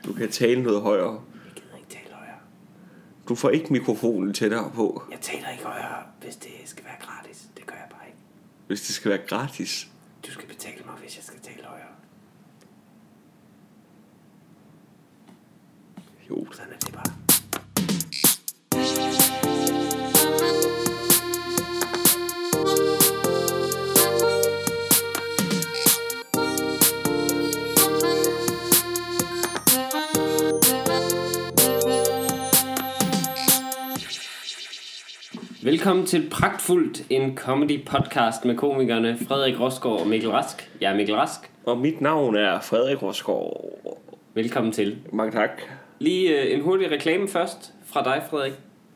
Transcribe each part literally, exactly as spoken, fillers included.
Du kan tale noget højere. Jeg gider ikke tale højere. Du får ikke mikrofonen tættere på. Jeg taler ikke højere, hvis det skal være gratis. Det gør jeg bare ikke. Hvis det skal være gratis. Du skal betale mig, hvis jeg skal tale højere. Jo. Sådan er det bare. Velkommen til Pragtfuldt, en comedy podcast med komikerne Frederik Rosgaard og Mikkel Rask. Jeg er Mikkel Rask. Og mit navn er Frederik Rosgaard. Velkommen til. Mange tak. Lige øh, en hurtig reklame først fra dig, Frederik.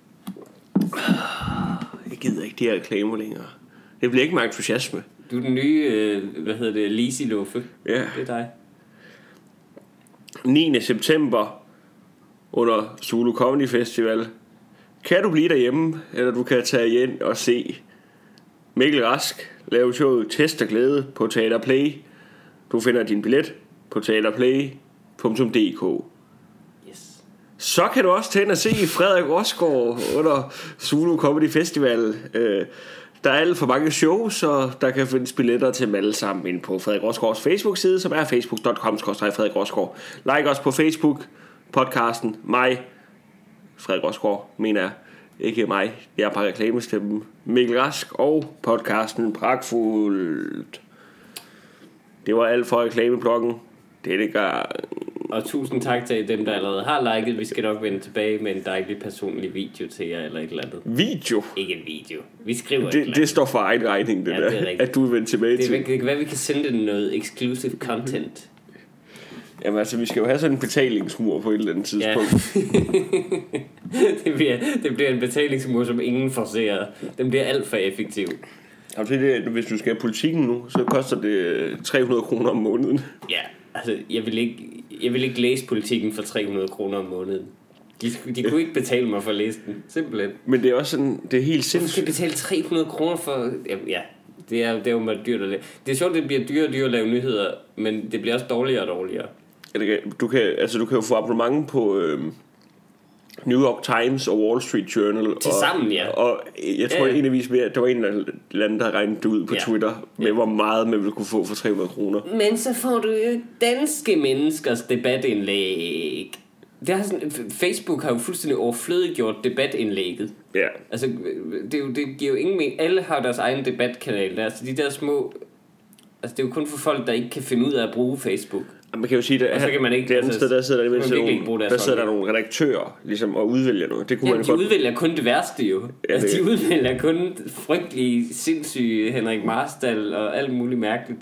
Jeg gider ikke de her reklamer længere. Det bliver ikke med entusiasme. Du er den nye, øh, hvad hedder det, Lisi Luffe. Ja. Det er dig. niende september under Zulu Comedy Festival. Kan du blive derhjemme, eller du kan tage ind og se Mikkel Rask lave showet Test og Glæde på Teater Play. Du finder din billet på teaterplay punktum d k. Yes. Så kan du også tage ind og se Frederik Rosgaard under Zulu Comedy Festival. Der er alt for mange shows, så der kan findes billetter til dem alle sammen ind på Frederik Rosgaards Facebook-side, som er facebook punktum com skråstreg Frederik Rosgaard. Like os på Facebook, podcasten, mig, Frederik Rosgaard, mener jeg. Ikke mig, jeg er bare reklamestemmen. Mikkel Rask og podcasten Pragtfuldt. Det var alt for reklameblokken denne gang. Og tusind tak til dem, der allerede har liket. Vi skal nok vende tilbage med en dejlig personlig video til jer, eller et eller andet. Video? Ikke en video. Vi skriver det, et eller det står for egen regning, det ja, der, det at du vil vende tilbage det, til. Det kan være, vi kan sende det noget exclusive content. Jamen altså, vi skal jo have sådan en betalingsmur på et eller andet tidspunkt. Ja. det, bliver, det bliver en betalingsmur, som ingen forcerer. Den bliver alt for effektiv. Altså, det, hvis du skal have politikken nu, så koster det tre hundrede kroner om måneden. Ja, altså, jeg vil ikke, jeg vil ikke læse politikken for tre hundrede kroner om måneden. De, de kunne ikke betale mig for at læse den, simpelthen. Men det er også sådan, det er helt sindssygt. Du skal betale tre hundrede kroner for... Ja, det er, det er jo meget dyrt at lave. Det er sjovt, det bliver dyrere og dyrere at lave nyheder, men det bliver også dårligere og dårligere. Du kan, altså, du kan jo få abonnement på øhm, New York Times og Wall Street Journal. Til sammen, ja. Og jeg tror, ja. Enligvis ved, at der var en eller anden, der regnede det ud på ja. Twitter, med ja. hvor meget man ville kunne få for tre hundrede kroner. Men så får du jo danske menneskers debatindlæg. Det har sådan, Facebook har jo fuldstændig overflødiggjort debatindlægget. Ja. Altså, det, er jo, det giver jo ingen mening. Alle har deres egen debatkanal. Altså, de der små... Altså, det er jo kun for folk, der ikke kan finde ud af at bruge Facebook. Man kan jo sige, at det andet altså, sted, der sidder der, der, nogle, der, sidder der nogle redaktører ligesom, og udvælger noget. Det kunne ja, man de godt... udvælger kun det værste jo. Ja, altså, det... de udvælger kun frygtelig sindssyge Henrik Marstal og alt muligt mærkeligt.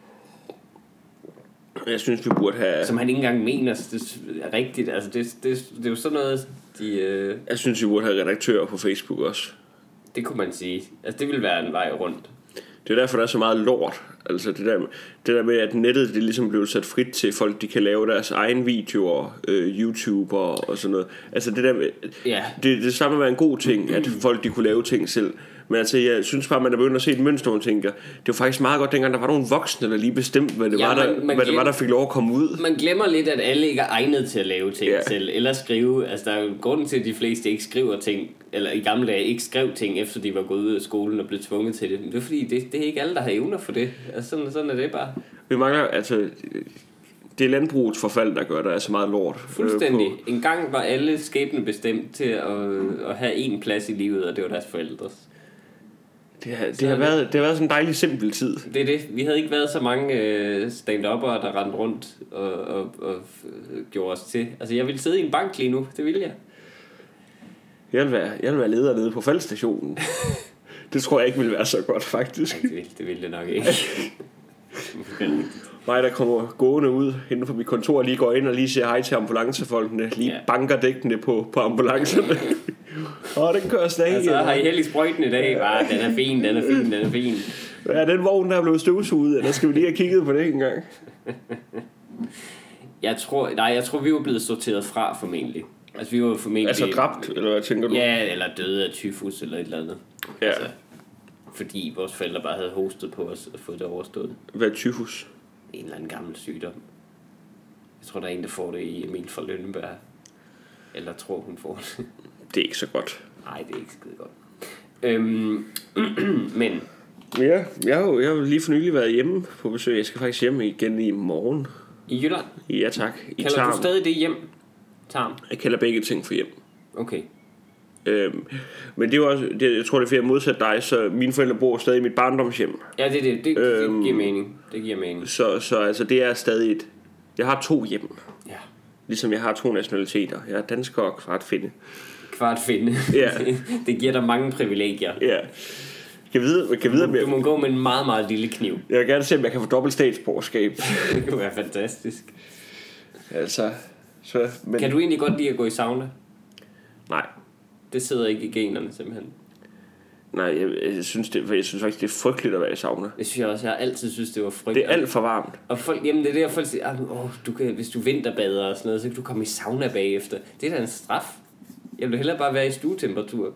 Jeg synes, vi burde have... Som han ikke engang mener det er rigtigt. Altså, det, det, det er jo sådan noget, de... Øh... Jeg synes, vi burde have redaktører på Facebook også. Det kunne man sige. Altså, det ville være en vej rundt. Det er derfor, der er så meget lort. Altså det der, det der med, at nettet det ligesom blev sat frit til folk, de kan lave deres egen videoer, øh, YouTube og, og sådan noget. Altså det der med, ja. det, det samme med en god ting, at folk de kunne lave ting selv. Men altså, jeg synes bare, man er begyndt at se et mønster, og tænker, det var faktisk meget godt, dengang der var nogle voksne, der lige bestemte, hvad det, ja, var, der, man, man hvad glemmer, det var, der fik lov at komme ud. Man glemmer lidt, at alle ikke er egnet til at lave ting ja. selv, eller skrive. Altså, der er jo grunden til, at de fleste ikke skriver ting, eller i gamle dage ikke skrev ting, efter de var gået ud af skolen og blev tvunget til det. Men det er fordi, det, det er ikke alle, der har evner for det. Altså, sådan, sådan er det bare. Vi mangler, altså... Det er landbrugets forfald, der gør, der er så meget lort. Fuldstændig. Øh, en gang var alle skæbne bestemt til at, at have en plads i livet, og det var deres forældres. Det har, det, har været, det har været sådan en dejlig simpel tid. Det er det. Vi havde ikke været så mange øh, stand-up'ere, der rendte rundt og, og, og gjorde os til. Altså, jeg ville sidde i en bank lige nu. Det ville jeg. Jeg vil være, jeg vil være leder nede på Faldstationen. Det tror jeg ikke ville være så godt, faktisk. Nej, det ville det, ville det nok ikke. Mig, der kommer gående ud inden for mit kontor, lige går ind og lige siger hej til ambulancefolkene. Lige ja. banker dækkene på, på ambulancerne. Åh, den kører stadig. Altså, har I held i sprøjten i dag? Bare, den er fin, den er fin, den er fin. Ja, den vogn, der er blevet støvsuget, eller skal vi lige have kigget på det en gang? Jeg tror, nej, jeg tror, vi var blevet sorteret fra, formentlig. Altså, vi var formentlig... Altså dræbt, eller hvad tænker du? Ja, eller døde af tyfus, eller et eller andet. Ja. Altså, fordi vores forældre bare havde hostet på os og fået det overstået. Hvad er tyfus? En eller anden gammel sygdom. Jeg tror, der er en, der får det i Emil fra Lønneberg. Eller tror, hun får det. Det er ikke så godt. Nej, det er ikke skide godt. Øhm, men... Ja, jeg har jo jeg har lige for nylig været hjemme på besøg. Jeg skal faktisk hjem igen i morgen. I Jylland? Ja, tak. I Kalder Tarm. du stadig det hjem? Tarm? Jeg kalder begge ting for hjem. Okay. Øhm, men det er jo også, det, jeg tror det er fordi jeg modsat dig, så mine forældre bor stadig i mit barndomshjem. Ja, det, det, det, øhm, det giver mening. Det giver mening. Så, så altså det er stadig et, jeg har to hjem. Ja. Ligesom jeg har to nationaliteter. Jeg er dansker og kvartfinde. Kvartfinde. Ja. det, det giver dig mange privilegier. Ja. Kan vide, kan vide, du, du må gå med en meget, meget lille kniv. Jeg vil gerne se, om jeg kan få dobbelt statsborgerskab. Det kunne være fantastisk. Altså, så, men... Kan du egentlig godt lide at gå i sauna? Nej. Det sidder ikke i generne simpelthen. Nej, jeg, jeg, synes det, jeg synes faktisk, det er frygteligt at være i sauna. Det synes jeg også. Jeg har altid synes det var frygteligt. Det er alt for varmt. Og folk, jamen det er det, folk siger, åh, du kan, hvis du vinterbader og sådan noget, så kan du komme i sauna bagefter. Det er da en straf. Jeg vil hellere bare være i stuetemperatur.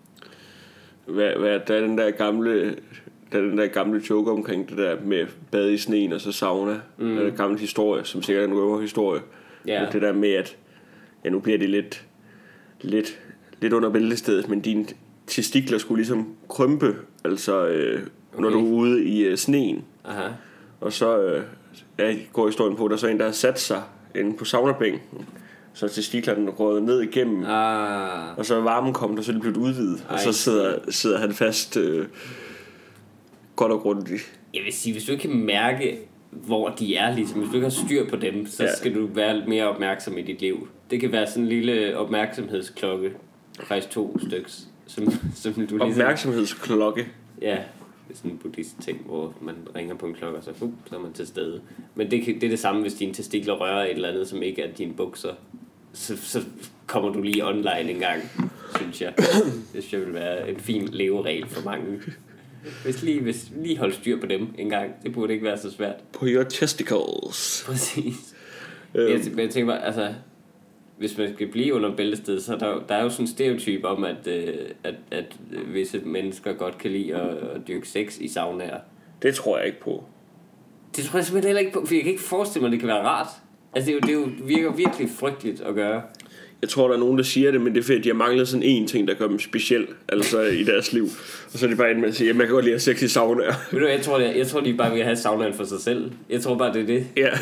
Hvad, hvad, der er den der gamle... Der er den der gamle joke omkring det der med bade i sneen og så sauna. Mm. Der er en gammel historie, som sikkert er en røverhistorie. Yeah. Det der med, at ja, nu bliver det lidt, lidt, lidt under bæltestedet, men dine testikler skulle ligesom krympe, altså øh, okay. når du er ude i øh, sneen. Aha. Og så øh, ja, går historien på, at der er så en, der har sat sig inde på saunabænken. Så testiklerne røget ned igennem. Ah. Og så er varmen kommet, og så er det blevet udvidet. Ej, og så sidder, sidder han fast... Øh, godt og grundigt. Jeg vil sige, hvis du ikke kan mærke, hvor de er, ligesom, hvis du ikke har styr på dem, så ja. skal du være lidt mere opmærksom i dit liv. Det kan være sådan en lille opmærksomhedsklokke, faktisk to styks, som, som du ligesom... Opmærksomhedsklokke? Ja, det er sådan en buddhist ting, hvor man ringer på en klokke, og så, uh, så er man til stede. Men det, det er det samme, hvis dine testikler rører et eller andet, som ikke er dine bukser. Så, så kommer du lige online en gang, synes jeg. Det synes jeg vil være en fin leveregel for mange. Hvis lige, hvis lige holde styr på dem en gang. Det burde ikke være så svært. På your testicles. Præcis. øhm. jeg, jeg tænker bare, altså, hvis man skal blive under bæltestedet, så der, der er jo sådan en stereotyp om, at, øh, at, at visse mennesker godt kan lide at, at dyrke sex i saunaer. Det tror jeg ikke på. Det tror jeg simpelthen heller ikke på, for jeg kan ikke forestille mig, at det kan være rart. Altså, det, er jo, det er jo, virker virkelig frygteligt at gøre. Jeg tror, der er nogen, der siger det, men det er fordi, de har manglet sådan en ting, der gør dem speciel, altså i deres liv. Og så er de bare inde med at sige, at man kan godt lide at sex i saunaer. Ved du, jeg tror, det, jeg tror, de bare vil have saunaen for sig selv. Jeg tror bare, det er det. Ja.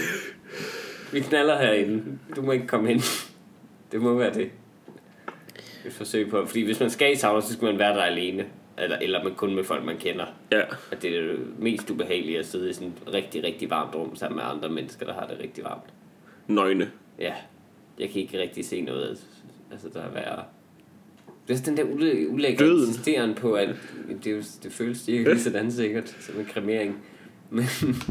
Vi knaller herinde. Du må ikke komme ind. Det må være det. Et forsøg på. Fordi hvis man skal i sauna, så skal man være der alene. Eller, eller man kun med folk, man kender. Ja. At det er det mest ubehagelige at sidde i sådan et rigtig, rigtig varmt rum sammen med andre mennesker, der har det rigtig varmt. Nøgne. Ja. Jeg kan ikke rigtig se noget. Altså, der er værre. Det er den der ulægge insisteren på, at det, det føles ikke lige sådan sikkert som en kremering. Men,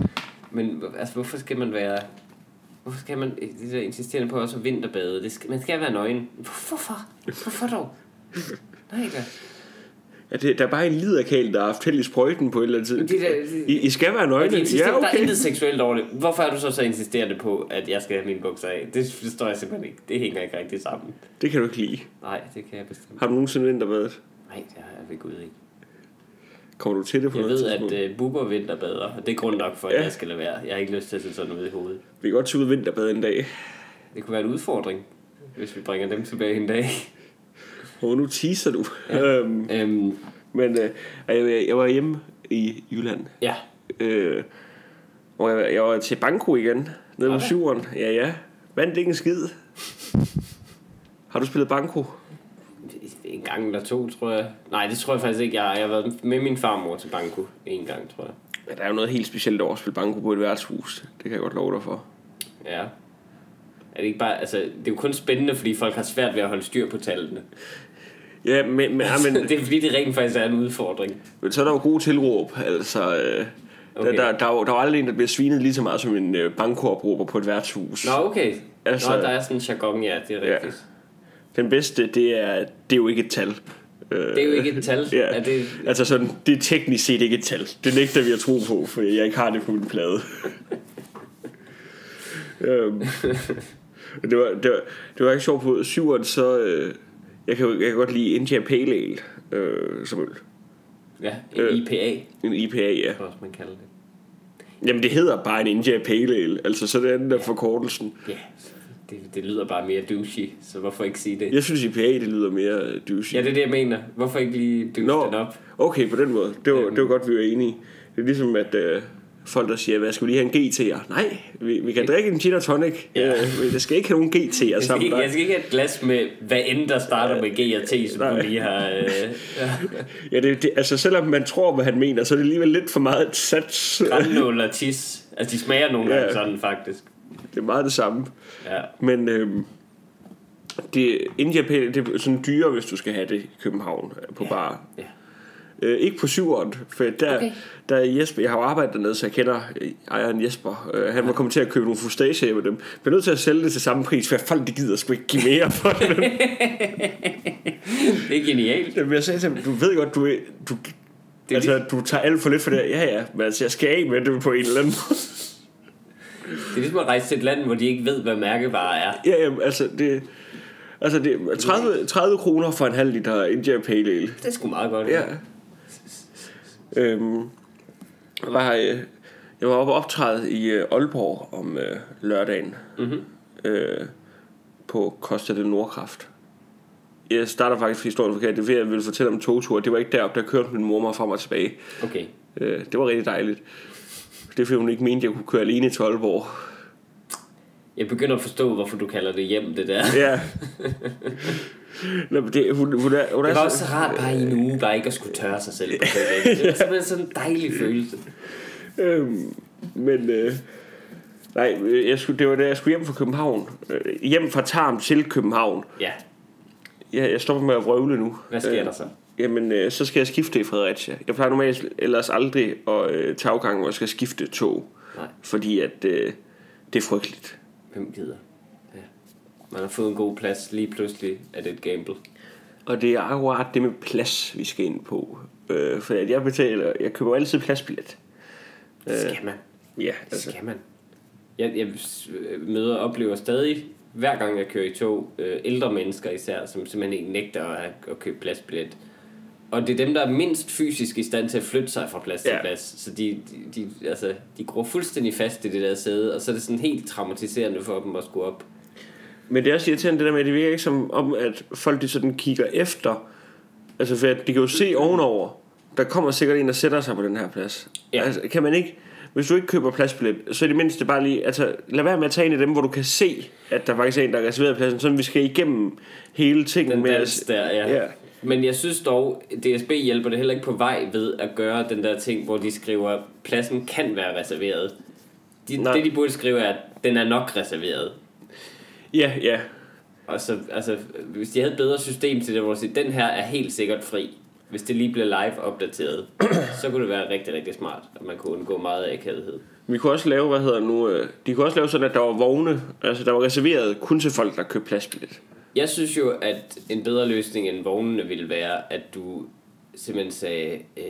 men altså, hvorfor skal man være... Hvorfor skal man det der insisterende på også at vinterbade? Det skal, man skal være nøgen. Hvorfor? Hvorfor dog? Nej da. Ja, det, der er bare en liderkæl, der har haft held i sprøjten på et eller andet tid. Det der, det, I, I skal være nøgne. Ja, okay. Der er intet seksuelt over det. Hvorfor er du så så insisterende på, at jeg skal have mine bukser af? Det forstår jeg simpelthen ikke. Det hænger ikke rigtig sammen. Det kan du ikke lide. Nej, det kan jeg bestemt. Har du nogensinde vinterbadet? Nej, det har jeg ved Gud ikke. Kommer du til det på jeg noget ved, tidspunkt? at uh, Bubber vinterbader, og det er grund nok for, at ja. jeg skal lade være. Jeg har ikke lyst til at sætte sådan noget i hovedet. Vi kan godt tage ud vinterbade en dag. Det kunne være en udfordring, hvis vi bringer dem tilbage en dag. Og nu teaser du. Ja. øhm, øhm, Men øh, jeg, jeg var hjemme i Jylland. Ja. Øh, og jeg, jeg var til Banko igen, nede okay. på syveren. Ja, ja. Vandt ikke en skid. Har du spillet Banko? En gang eller to, tror jeg. Nej, det tror jeg faktisk ikke. Jeg, jeg har været med min farmor til Banko en gang, tror jeg. Ja, der er jo noget helt specielt over at spille Banko på et værtshus. Det kan jeg godt love dig for. Ja. Er det ikke bare, altså, det er jo kun spændende, fordi folk har svært ved at holde styr på tallene. Ja, men... men, ja, men det er fordi, det rent faktisk er en udfordring. Men så er der jo gode tilråb, altså... Øh, okay. Der, der, der, er jo, der er jo aldrig en, der bliver svinet lige så meget som en øh, bankopråber på et værtshus. Nå, okay. Altså, Nå, der er sådan en jargon, ja, det er rigtigt. Ja. Den bedste, det er, det er jo ikke et tal. Det er jo ikke et tal. Ja. Er det... Altså sådan, det er teknisk set ikke et tal. Det nægter vi at tro på, for jeg ikke har det på min plade. um, det, var, det, var, det var ikke sjovt på syveren, så... Øh, jeg, kan, jeg kan godt lide India Pale Ale øh, som øl. Ja, en øh, I P A. En I P A, ja. Det også man kalder det. Jamen det hedder bare en India Pale Ale. Altså så det er den der forkortelsen. Ja, det, det lyder bare mere douchey. Så hvorfor ikke sige det? Jeg synes I P A det lyder mere douchey. Ja, det er det jeg mener. Hvorfor ikke lige douche Nå, den op? Okay, på den måde. Det var, det var godt vi var enige. Det er ligesom at øh, folk der siger, hvad skal vi lige have en G T'er? Nej, vi, vi kan drikke en gin og tonic. Ja. Øh, det skal ikke have nogen G T'er sammen. Jeg skal ikke have et glas med hvad end der starter med G og T, som Nej. du lige har... Øh, ja, ja det, det, altså selvom man tror hvad han mener, så er det alligevel lidt for meget et sats. Grannål og tis. Altså de smager nogle gange ja. sådan faktisk. Det er meget det samme. Ja. Men øhm, det India Pale det er sådan dyre hvis du skal have det i København på ja. bar. Ja. Øh, ikke på syveren, for der, okay. der er Jesper, jeg har jo arbejdet dernede, så jeg kender ejeren Jesper. Øh, han var kommet til at købe nogle fustager med dem. Jeg bliver nødt til at sælge det til samme pris, for folk de gider sgu ikke give mere for det. Det er genialt. Jamen, jeg sagde til ham, du ved godt, du, du, det altså, lige... du tager alt for lidt for det. Ja, ja, men altså, jeg skal af med det på en eller anden måde. Det er ligesom at rejse til et land, hvor de ikke ved, hvad mærkevare er. Ja, jamen, altså, det... Altså det er tredive, tredive kroner for en halv liter India Pale Ale. Det er sgu meget godt. Ja. Øhm, var, jeg var oppe og optræde i øh, Aalborg om øh, lørdagen mm-hmm. øh, på Costa del Nordkraft. Jeg starter faktisk historien forkert. Det er jeg ville fortælle om togtur. Det var ikke deroppe, der kørte min mor mig frem og tilbage. Okay. øh, Det var rigtig dejligt. Det er fordi hun ikke mente jeg kunne køre alene til Aalborg. Jeg begynder at forstå hvorfor du kalder det hjem det der. Ja. Nå, det, hun, hun er, hun det er var også så rart bare i en uge bare ikke at skulle tørre sig selv på det. Det var simpelthen sådan en dejlig følelse. øhm, Men øh, nej, jeg skulle, det var da jeg skulle hjem fra København. øh, Hjem fra Tarm til København. Ja. Jeg, jeg stopper med at vrøvle nu. Hvad sker øh, der så? Jamen øh, så skal jeg skifte i Fredericia. Jeg plejer normalt ellers aldrig at øh, tage afgang hvor jeg skal skifte tog. Nej. Fordi at øh, det er frygteligt. Hvem gider? Ja. Man har fået en god plads. Lige pludselig er det et gamble. Og det er akkurat det med plads vi skal ind på. øh, For at jeg betaler. Jeg køber altid pladsbillet. Skal man? øh, Ja altså. Skal man? Jeg, jeg møder og oplever stadig hver gang jeg kører i tog øh, ældre mennesker især som simpelthen ikke nægter at, at købe pladsbillet. Og det er dem der er mindst fysisk i stand til at flytte sig fra plads ja. til plads. Så de, de, de, altså, de går fuldstændig fast i det der sæde. Og så er det sådan helt traumatiserende for dem at skulle op. Men det er også irriterende det der med at det virker ikke som om at folk de sådan kigger efter. Altså for at de kan jo se ovenover. Der kommer sikkert en der sætter sig på den her plads. Ja. Altså kan man ikke. Hvis du ikke køber pladsbillet, så er det mindste bare lige, altså lad være med at tage en af dem, hvor du kan se, at der faktisk er en, der er reserveret pladsen, sådan vi skal igennem hele tingen den med dans der, ja. ja. Men jeg synes dog, D S B hjælper det heller ikke på vej ved at gøre den der ting, hvor de skriver, pladsen kan være reserveret. De, det de burde skrive er, at den er nok reserveret. Ja, ja. Og så, altså, hvis de havde et bedre system til det, hvor de siger, den her er helt sikkert fri. Hvis det lige bliver live opdateret, så kunne det være rigtig, rigtig smart, at man kunne undgå meget akavethed. Vi kunne også lave, hvad hedder nu, de kunne også lave sådan, at der var vogne, altså der var reserveret kun til folk, der købte pladsbillet. Jeg synes jo, at en bedre løsning end vognene ville være, at du simpelthen sagde, øh,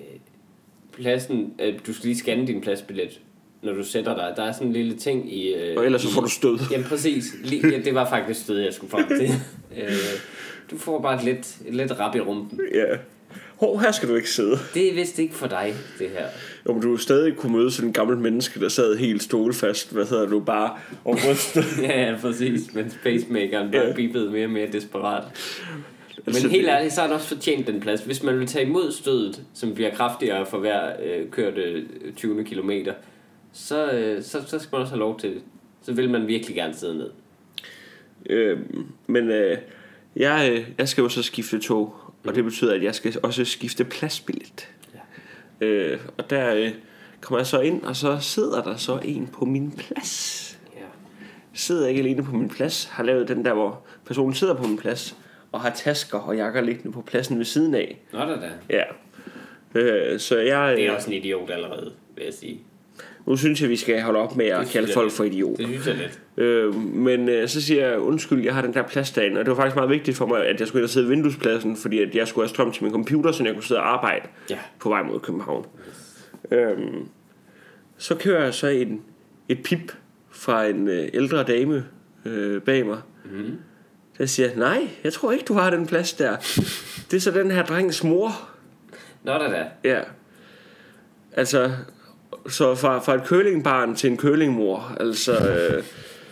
pladsen, øh, du skal lige scanne din pladsbillet, når du sætter dig. Der er sådan en lille ting i... Øh, og ellers så får i, du stød. Jamen præcis. Lige, ja, det var faktisk stød, jeg skulle frem til. øh, du får bare et lidt, et lidt rap i rumpen. Ja. Hov, her skal du ikke sidde. Det er vist ikke for dig, det her. Jo, men du stadig kunne møde sådan en gammel menneske, der sad helt stolfast, hvad hedder du, bare og rystede. ja, ja, præcis. Men spacemakeren bare ja. bippede mere og mere desperat. Men helt ærligt, så har han også fortjent den plads. Hvis man vil tage imod stødet, som bliver kraftigere for hver øh, kørte tyve kilometer, så, øh, så, så skal man også have lov til det. Så vil man virkelig gerne sidde ned. Øh, men øh, jeg, jeg skal jo så skifte tog. Og det betyder at jeg skal også skifte pladsbillet. Ja. øh, Og der øh, kommer jeg så ind, og så sidder der så en på min plads. Ja. Sidder ikke alene på min plads. Har lavet den der hvor personen sidder på min plads og har tasker og jakker liggende på pladsen ved siden af. Nå da da. Ja. øh, Så jeg Det er også en idiot allerede, vil jeg sige. Nu synes jeg vi skal holde op med at kalde folk for idioter. Det synes jeg lidt. øh, Men øh, så siger jeg undskyld, jeg har den der plads derinde. Og det var faktisk meget vigtigt for mig at jeg skulle ind og sidde i vinduespladsen, fordi at jeg skulle have strøm til min computer, så jeg kunne sidde og arbejde ja. på vej mod København. yes. øh, Så kører jeg så en, et pip fra en øh, ældre dame øh, bag mig. mm. Der siger nej, jeg tror ikke du har den plads der. Det er så den her drengs mor. Nå da da. Ja. Altså så fra, fra et curlingbarn til en curlingmor. Altså øh,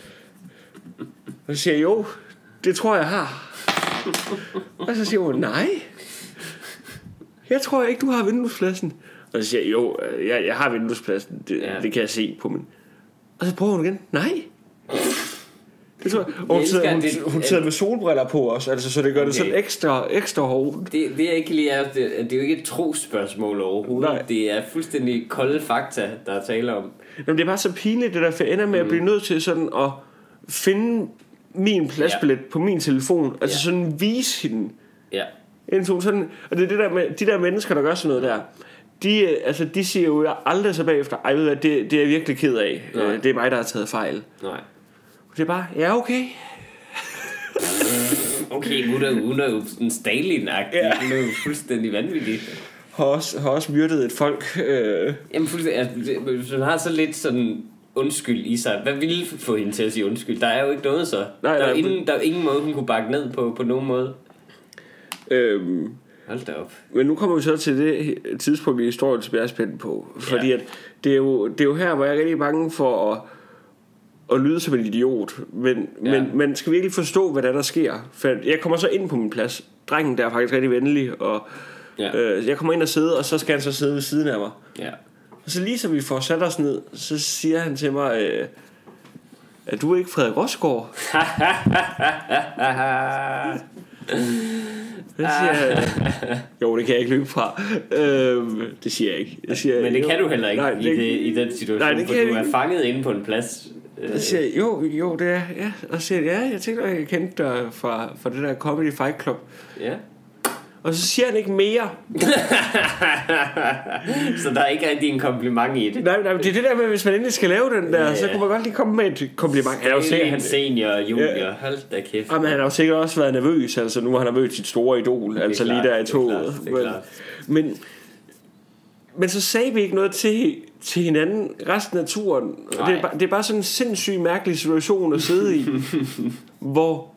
og så siger jeg, jo, det tror jeg har. Og så siger hun, nej, jeg tror ikke du har vinduespladsen. Og så siger jeg, jo, jeg, jeg har vinduespladsen, det, ja. det kan jeg se på min. Og så prøver hun igen, nej. Det tror jeg. Og hun sidder, hun, det, hun sidder med solbriller på os, altså, så det gør okay. det sådan ekstra, ekstra hårdt. Det, det er ikke lige er, det, det er jo ikke et trosspørgsmål overhovedet. Nej. Det er fuldstændig kolde fakta, der er tale om. Jamen, det er bare så pinligt, det der, for jeg ender med mm. at blive nødt til sådan at finde min pladsbillet ja. på min telefon, altså ja. sådan vise hende. Ja. Sådan, og det er det der med, de der mennesker, der gør sådan noget der, de, altså, de siger jo aldrig så bagefter, ej, ved du hvad, det, det er jeg virkelig ked af. Nej. Det er mig, der har taget fejl. Nej. Det er bare, ja, okay. Okay, hun er, hun er jo sådan Stalin-agtig. Ja. Hun er jo fuldstændig vanvittig. Har også, har også myrdet et folk. Øh. Jamen fuldstændig, altså, hvis hun har så lidt sådan undskyld i sig, hvad ville få hende til at sige undskyld? Der er jo ikke noget så. Nej, der, er nej, ingen, men... der er ingen måde, hun kunne bakke ned på, på nogen måde. Øhm. Hold da op. Men nu kommer vi så til det tidspunkt i historien, som jeg er spændt på. Fordi ja. at det, er jo, det er jo her, hvor jeg er rigtig bange for at og lyde som en idiot, men, ja. men man skal virkelig forstå, hvad der, der sker. For jeg kommer så ind på min plads. Drengen der er faktisk rigtig venlig, og ja. øh, jeg kommer ind og sidde, og så skal han så sidde ved siden af mig. Ja. Og så lige så vi får sat os ned, så siger han til mig, øh, er du ikke Frederik Rosgaard? Det siger jeg. Jo, det kan jeg ikke løbe fra. øhm, Det siger jeg ikke. Jeg siger, men det jo, kan du heller ikke. Nej, det, i, det, i den situation, nej, det hvor du er fanget inde på en plads. Jeg siger, jo, jo, det er. Ja. Og så siger jeg, ja, jeg tænkte, at jeg kendte dig fra, fra det der Comedy Fight Club. Ja. Og så siger han ikke mere. Så der er ikke rigtig en kompliment i det. Nej, nej, det er det der med, hvis man endelig skal lave den der, ja, ja. Så kunne man godt lige komme med et kompliment. Han er jo sikkert han senior og junior. Ja. Hold da kæft. Jamen, han har jo sikkert også været nervøs. Altså nu har han mødt sit store idol. Altså klart, lige der i toget. Men, men, men så sagde vi ikke noget til, til hinanden resten af turen. Og det, er bare, det er bare sådan en sindssygt mærkelig situation at sidde i. Hvor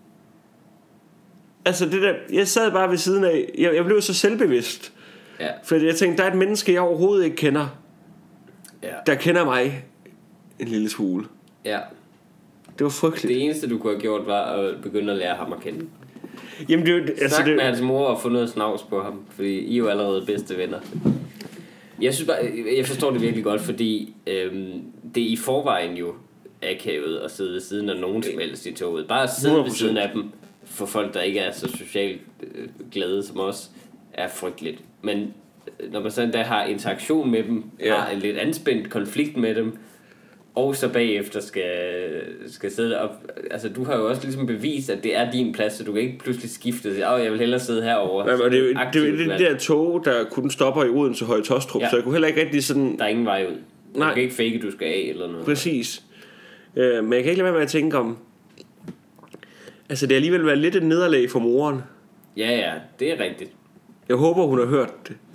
altså det der, jeg sad bare ved siden af, jeg, jeg blev så selvbevidst. Ja. Fordi jeg tænkte, der er et menneske jeg overhovedet ikke kender, ja. Der kender mig en lille smule. Ja. Det var frygteligt. Det eneste du kunne have gjort var at begynde at lære ham at kende. Jamen det, altså Snak det, med hans mor og få noget snavs på ham, fordi I er jo allerede bedste venner. Jeg synes bare, jeg forstår det virkelig godt, fordi øhm, det er i forvejen jo akavet at sidde ved siden af nogen som helst i toget. Bare at sidde ved siden af dem for folk, der ikke er så socialt øh, glade som os, er frygteligt. Men når man så endda har interaktion med dem, ja. Har en lidt anspændt konflikt med dem, og så bagefter skal, skal sidde op. Altså du har jo også ligesom bevist, at det er din plads, så du kan ikke pludselig skifte og sige, åh, jeg vil hellere sidde herovre. Ja, det er det, det, det der tog, der kun stopper i Odense Høje Taastrup, ja. Så jeg kunne heller ikke rigtig sådan. Der er ingen vej ud. Nej. Du kan ikke fake, du skal af eller noget. Præcis. Øh, men jeg kan ikke lade være med at tænke om, altså det har alligevel været lidt et nederlag for moren. Ja, ja, det er rigtigt. Jeg håber, hun har hørt det.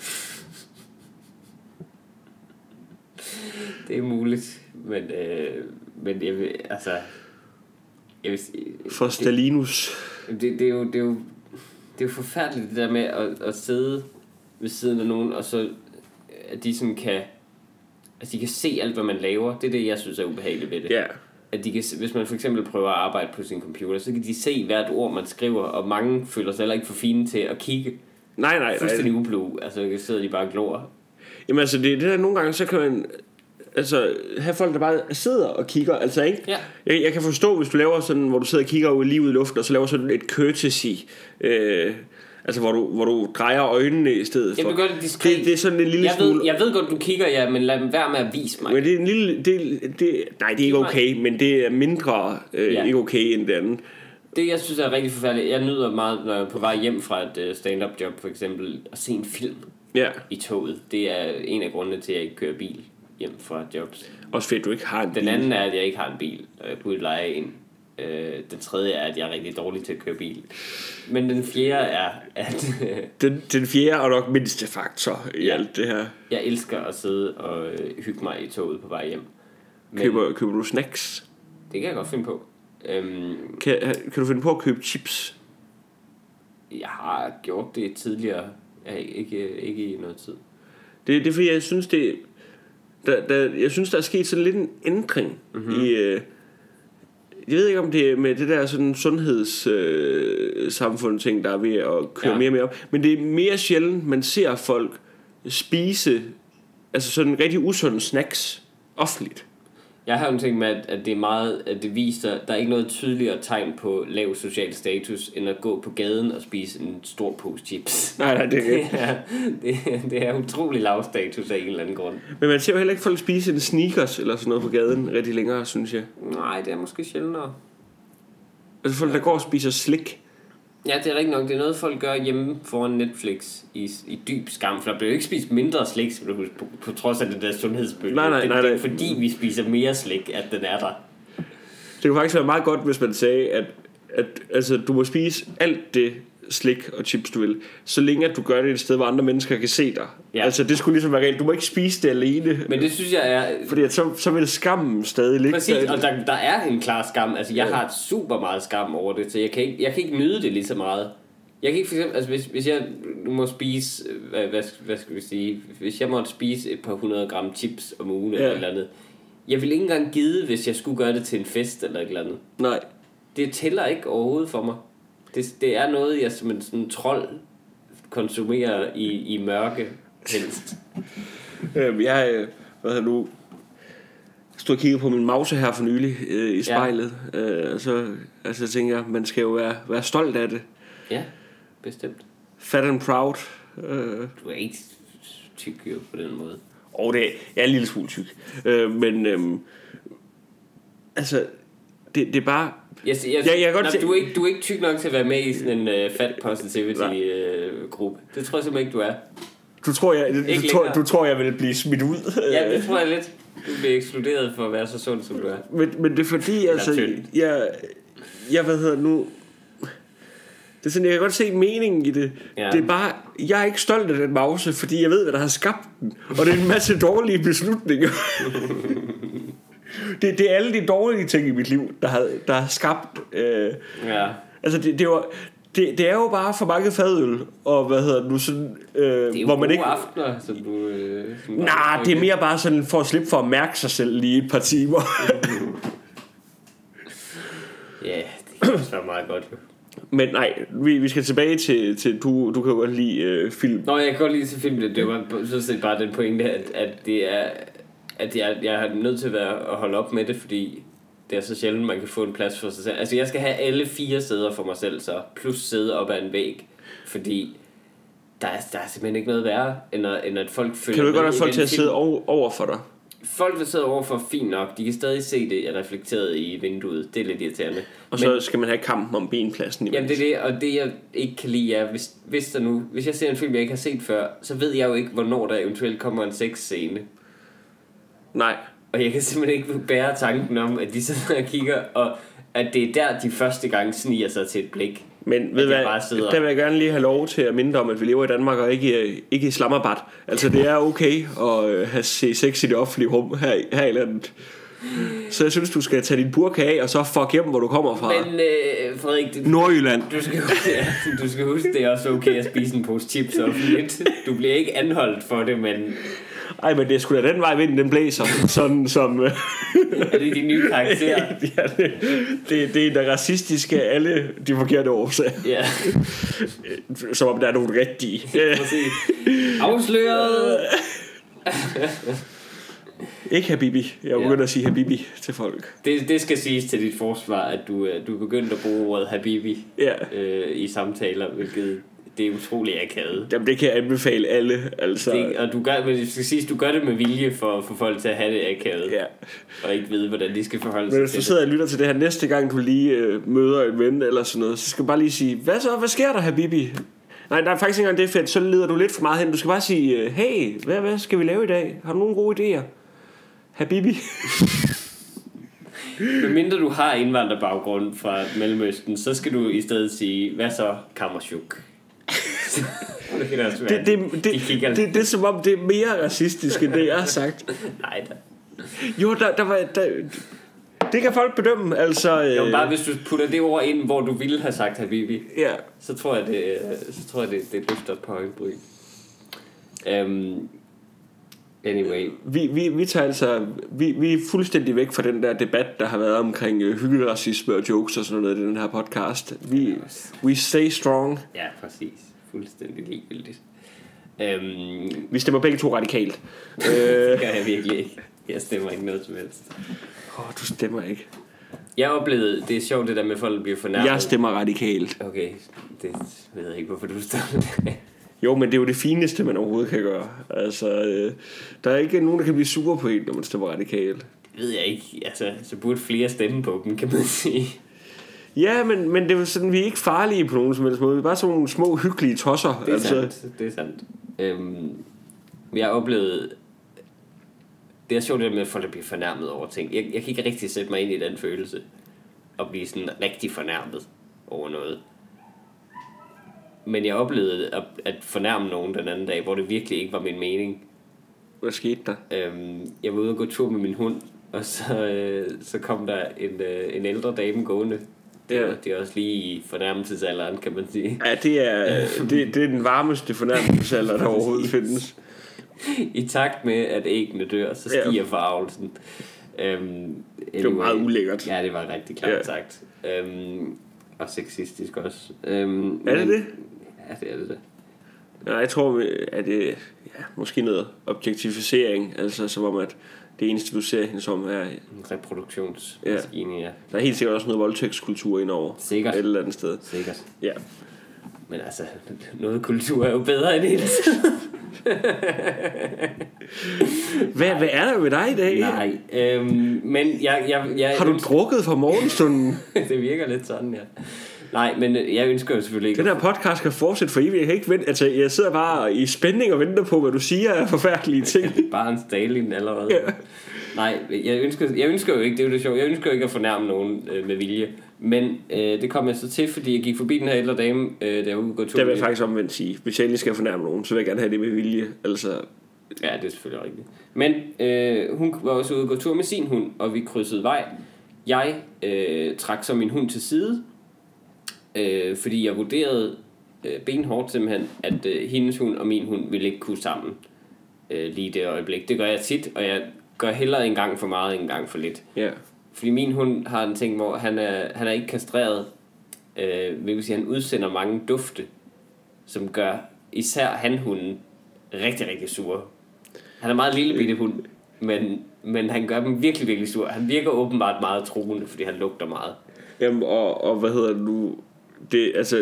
Det er muligt, men, øh, men jeg vil, altså... Jeg vil, for Stalinus. Det, det, er jo, det, er jo, det er jo forfærdeligt det der med at, at sidde ved siden af nogen, og så at de sådan kan... Altså de kan se alt, hvad man laver. Det er det, jeg synes er ubehageligt ved det. Ja. Yeah. At de kan, hvis man for eksempel prøver at arbejde på sin computer, så kan de se hvert ord, man skriver, og mange føler sig heller ikke for fine til at kigge. Nej, nej, nej. Fuldstændig ublu. Altså, så sidder de bare og glor. Jamen altså, det, det der nogle gange, så kan man... Altså, have folk, der bare sidder og kigger. Altså, ikke? Ja. Jeg, jeg kan forstå, hvis du laver sådan, hvor du sidder og kigger ud lige ud i luften, og så laver sådan et courtesy... Øh, altså, hvor du, hvor du drejer øjnene i stedet for. Jeg vil gøre det diskret. Det, det er sådan en lille jeg smule... Ved, jeg ved godt, du kigger, ja, men lad være med at vise mig. Men det er en lille... Det, det, nej, det er ikke okay, men det er mindre øh, ja. Ikke okay end det andet. Det, jeg synes er rigtig forfærdeligt, jeg nyder meget, når jeg er på vej hjem fra et stand-up job, for eksempel, at se en film ja. I toget. Det er en af grundene til, at jeg ikke kører bil hjem fra jobs. Også fordi du ikke har en bil. Den anden er, at jeg ikke har en bil, og jeg burde lege en. Øh, den tredje er, at jeg er rigtig dårlig til at køre bil. Men den fjerde er, at... den, den fjerde er nok mindste faktor i ja, alt det her. Jeg elsker at sidde og øh, hygge mig i toget på vej hjem. Men køber, køber du snacks? Det kan jeg godt finde på. Øhm, kan, kan du finde på at købe chips? Jeg har gjort det tidligere. Jeg har ikke, ikke i noget tid. Det, det er fordi, jeg synes, det... der, der, jeg synes, der er sket sådan lidt en ændring mm-hmm. i... Øh, jeg ved ikke, om det er med det der sådan sundhedssamfund øh, ting, der er ved at køre ja. mere og mere op. Men det er mere sjældent, man ser folk spise altså sådan rigtig usunde snacks offentligt. Jeg har jo tænkt med, at, at det er meget, at det viser, der er ikke noget tydeligere tegn på lav social status, end at gå på gaden og spise en stor pose chips. Nej, nej, det er det er, det, det er utrolig lav status af en eller anden grund. Men man ser jo heller ikke folk spise en Snickers eller sådan noget på gaden rigtig længere, synes jeg. Nej, det er måske sjældnere. Altså folk, der går og spiser slik. Ja, det er rigtig nok. Det er noget, folk gør hjemme foran Netflix i, i dyb skam. For der bliver jo ikke spist mindre slik, på, på, på trods af det der sundhedsbølge. Nej, nej, det, nej, det er nej. fordi, vi spiser mere slik, at den er der. Det kunne faktisk være meget godt, hvis man sagde, at, at altså, du må spise alt det slik og chips, du vil, så længe at du gør det et sted, hvor andre mennesker kan se dig. Ja. Altså, det skulle ligesom være rent. Du må ikke spise det alene. Men det synes jeg er... Fordi at så, så vil skammen stadig ligge. Præcis, og der, der er en klar skam. Altså, jeg ja. har super meget skam over det, så jeg kan ikke, jeg kan ikke nyde det lige så meget. Jeg kan ikke for eksempel, altså hvis, hvis jeg nu må spise, hvad, hvad, hvad skal vi sige, hvis jeg måtte spise et par hundrede gram chips om ugen ja. eller et eller andet, jeg vil ikke engang gide, hvis jeg skulle gøre det til en fest eller et eller andet. Nej. Det tæller ikke overhovedet for mig. Det, det er noget, jeg som en sådan trold konsumerer i, i mørke helst. øhm, jeg, hvad hedder nu, stod og kiggede på min mouse her for nylig øh, i spejlet, ja. øh, og så altså, tænker jeg, man skal jo være, være stolt af det. Ja, bestemt. Fat and proud. Øh. Du er ikke tyk jo på den måde. Og det er, jeg er en lille smule tyk. Øh, men øhm, altså, det, det er bare... Yes, yes. Jeg, jeg kan godt nej, se... du, er ikke, du er ikke tyk nok til at være med i sådan en uh, fat positivity uh, gruppe. Det tror jeg simpelthen ikke, du er. Du tror, jeg, du, du, tror, du tror, jeg vil blive smidt ud? Ja, det tror jeg lidt. Du bliver ekskluderet for at være så sund, som du er. Men, men det er fordi, altså... Jeg, jeg, hvad hedder nu... Det er sådan, jeg kan godt se meningen i det. Ja. Det er bare, jeg er ikke stolt af den mouse, fordi jeg ved, hvad der har skabt den. Og det er en masse dårlige beslutninger. det, det er alle de dårlige ting i mit liv, der har, der har skabt... Øh, ja. Altså, det, det, var, det, det er jo bare for mange fadøl, og hvad hedder nu sådan... Øh, det er jo hvor man gode ikke, aftener, som du... Øh, nej, det er mere bare sådan, for at slippe for at mærke sig selv lige et par timer. Ja, det kan også være meget godt, jo. Men nej, vi, vi skal tilbage til, til du, du kan jo godt lide øh, film. Nå, jeg kan godt lide til film. Det var sådan set bare den pointe, at, at det er, at jeg, jeg er nødt til at, være, at holde op med det, fordi det er så sjældent, man kan få en plads for sig selv. Altså, jeg skal have alle fire sæder for mig selv, så plus sæde op ad en væg, fordi der er, der er simpelthen ikke noget værre, end at, end at folk følger. Kan du ikke godt have folk til at film. sidde over, over for dig? Folk, der sidder overfor, fint nok. De kan stadig se det reflekteret i vinduet. Det er lidt irriterende. Og så men, skal man have kampen om benpladsen imens. Jamen det er det, og det jeg ikke kan lide er, hvis, hvis, der nu, hvis jeg ser en film, jeg ikke har set før, så ved jeg jo ikke, hvornår der eventuelt kommer en sexscene. Nej. Og jeg kan simpelthen ikke bære tanken om, at de sidder og kigger, og at det er der, de første gang sniger sig til et blik. Men ved hvad, der vil jeg gerne lige have lov til at minde om, at vi lever i Danmark og ikke, ikke i Islamabad. Altså det er okay at have se sex i det offentlige rum her, her i landet. Så jeg synes, du skal tage din burka af, og så fuck hjem, hvor du kommer fra. Men øh, Frederik, det, Nordjylland. Du skal, ja, du skal huske, det er også okay at spise en pose chips offentligt. Du bliver ikke anholdt for det, men... Ej, men det er sgu da den vej, vinden den blæser. Sådan som... er det de nye karakterer? Ja, det, det, det er der racistiske alle de forkerte årsager. Ja. Som om der er nogle rigtige. Afsløret! Ikke habibi. Jeg er begyndt ja. at sige habibi til folk. Det, det skal siges til dit forsvar, at du, du er begyndt at bruge ordet habibi ja. øh, i samtaler, hvilket... Det er utroligt akavet. Jamen det kan jeg anbefale alle, altså. Det, og du gør, men det skal siges, du gør det med vilje for, for folk til at have det akavet. Ja. Og ikke vide, hvordan de skal forholde sig til det. Men hvis du sidder og lytter til det her næste gang, du lige øh, møder en ven eller sådan noget, så skal du bare lige sige, hvad så, hvad sker der, habibi? Nej, der er faktisk ikke engang det fedt, så leder du lidt for meget hen. Du skal bare sige, hey, hvad, hvad skal vi lave i dag? Har du nogle gode idéer? Habibi. Men mindre du har indvandrerbaggrund fra Mellemøsten, så skal du i stedet sige, hvad så, kammerchuk? det, det, det, det, det, det, det er som om det er mere racistisk end det jeg har sagt. Nej da. Jo, der, der var der, det kan folk bedømme, altså. Jo, bare hvis du putter det ord ind, hvor du ville have sagt habibi, ja. så tror jeg det, så tror jeg det, det løfter på øjenbryn. Um, Anyway. Vi, vi, vi tager altså vi, vi er fuldstændig væk fra den der debat, der har været omkring uh, hyggeracisme og jokes og sådan noget i den her podcast. Vi, we stay strong. Ja, præcis. Fuldstændig ligegyldigt. Øhm, vi stemmer begge to radikalt. Det gør jeg virkelig ikke. Jeg stemmer ikke noget som helst. Åh, oh, du stemmer ikke. Jeg oplevede, det er sjovt det der med, at folk bliver fornærmet. Jeg stemmer radikalt. Okay, det ved jeg ikke, hvorfor du stemmer. Jo, men det er jo det fineste, man overhovedet kan gøre. Altså, øh, der er ikke nogen, der kan blive sure på en, når man stemmer radikalt. Det ved jeg ikke. Altså, så burde flere stemme på dem, kan man sige. Ja, men, men det er sådan, vi er ikke farlige på nogen som helst måde. Vi er bare sådan nogle små, hyggelige tosser. Det er altså. sandt, det er sandt. Øhm, jeg oplevede... Det er sjovt det med, at folk bliver fornærmet over ting. Jeg, jeg kan ikke rigtig sætte mig ind i den følelse. At blive sådan rigtig fornærmet over noget. Men jeg oplevede at, at fornærme nogen den anden dag, hvor det virkelig ikke var min mening. Hvad skete der? Øhm, jeg var ude og gå tur med min hund, og så, øh, så kom der en, øh, en ældre dame gående. Det er, ja. det er også lige i fornærmelsesalderen, kan man sige. Ja, det er, det, det er den varmeste fornærmelsesalder, der overhovedet findes. I takt med, at æggene dør, så stiger ja. forarvelsen. Øhm, anyway. Det var meget ulækkert. Ja, det var rigtig klart ja. sagt. Øhm, og sexistisk også. Øhm, er det men, det? Ja, det er det. Nej, jeg tror, at det ja, måske noget objektificering. Altså som om, at det eneste, du ser hende som er... En reproduktionsmaskine, ja. ja. Der er helt sikkert også noget voldtægtskultur indover. Sikkert. Et eller andet sted. Sikkert. Ja. Men altså, noget kultur er jo bedre end det. hvad, hvad er der med dig i dag? Nej, øhm, men jeg, jeg, jeg... Har du drukket fra morgenstunden? Det virker lidt sådan, ja. Nej, men jeg ønsker jo selvfølgelig ikke... Den her podcast kan fortsætte for evigt. Jeg kan ikke vente. Altså, jeg sidder bare i spænding og venter på, hvad du siger af forfærdelige ting. Bare en Stalin allerede. Ja. Nej, jeg ønsker, jeg ønsker jo ikke, det er jo det sjovt, jeg ønsker jo ikke at fornærme nogen øh, med vilje. Men øh, det kom jeg så til, fordi jeg gik forbi den her ældre dame, øh, der ude og gå tur. Det vil jeg faktisk omvendt sige. Hvis jeg endelig skal fornærme nogen, så vil jeg gerne have det med vilje. Altså... Ja, det er selvfølgelig rigtigt. Men øh, hun var også ude og gå tur med sin hund, og vi krydsede vej. Jeg øh, trak så min hund til side, øh, fordi jeg vurderede øh, benhårdt simpelthen, at øh, hendes hund og min hund ville ikke kunne sammen øh, lige det øjeblik. Det gør jeg tit, og jeg gør hellere en gang for meget end en gang for lidt. Yeah. Fordi min hund har en ting, hvor han er, han er ikke kastreret, øh, hvilket sige, han udsender mange dufte, som gør især hanhunden rigtig, rigtig sur. Han er meget lille bitte hund, men, men han gør dem virkelig, virkelig sur. Han virker åbenbart meget truende, fordi han lugter meget. Jamen, og, og hvad hedder det nu? Det, altså,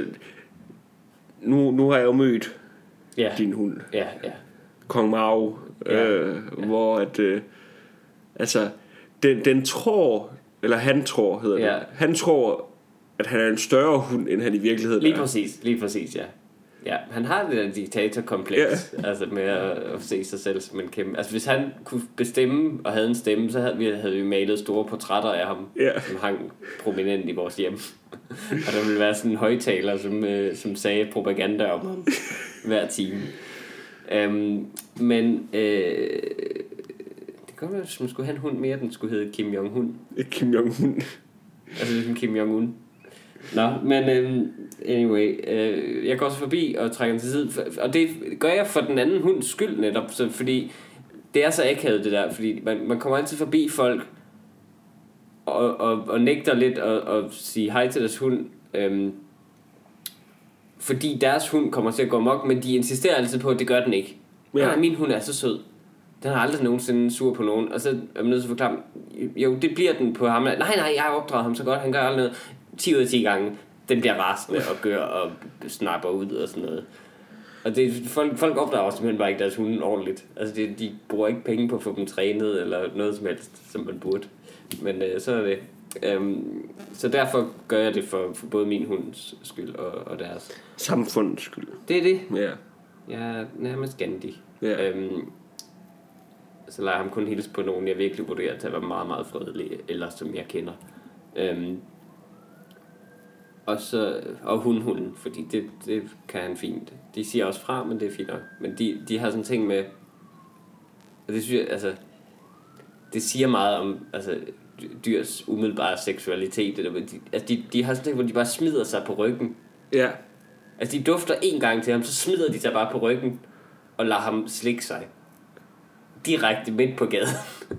nu, nu har jeg jo mødt ja. din hund. Ja, ja. Kong Mao, ja, øh, ja. Hvor at, øh, altså, den, den tror, eller han tror, hedder ja. det. Han tror, at han er en større hund, end han i virkeligheden lige er. Præcis, lige præcis, ja. Ja, han har det der diktatorkompleks, ja. Altså med at, at se sig selv som en kæmpe. Altså hvis han kunne bestemme og havde en stemme, så havde vi, havde vi malet store portrætter af ham, ja. Som hang prominent i vores hjem. Og der ville være sådan en højtaler, som, øh, som sagde propaganda om ham hver time. Um, men øh, det kan være, at man skulle have en hund mere, den skulle hedde Kim Jong-un. Kim Jong-un. Altså ligesom Kim Jong-un. Nå, men øhm, anyway, øh, jeg går så forbi og trækker den til side, og det gør jeg for den anden hunds skyld netop, så, fordi det er så akavet det der, fordi man, man kommer altid forbi folk og, og, og nægter lidt at, at sige hej til deres hund, øhm, fordi deres hund kommer til at gå amok, men de insisterer altid på, at det gør den ikke. Ja. Nej, min hund er så sød. Den har aldrig nogensinde sur på nogen, og så er man nødt til at forklare, jo, det bliver den på ham. Nej, nej, jeg har opdraget ham så godt, han gør aldrig noget. ti ud af ti gange, den bliver rasende og gør og snapper ud og sådan noget. Og det, folk, folk opdrager også simpelthen bare ikke deres hunde ordentligt. Altså det, de bruger ikke penge på at få dem trænet eller noget som helst, som man burde. Men øh, så er det. Øhm, så derfor gør jeg det for, for både min hunds skyld og, og deres. Samfundets skyld. Det er det. Ja. Jeg er nærmest Gandhi. Ja. Øhm, så lader jeg ham kun hilse på nogen, jeg virkelig vurderer til at være meget, meget fredelige, eller som jeg kender. Øhm, Og så og hun hunden, fordi det det kan han fint. De siger også fra, men det er fint nok. Men de de har sådan ting med, og det synes jeg, altså det siger meget om altså dyrs umiddelbare seksualitet eller de, altså de de har sådan ting, hvor de bare smider sig på ryggen. Ja. Altså de dufter en gang til ham, så smider de sig bare på ryggen og lader ham slikke sig. direkte midt på gaden.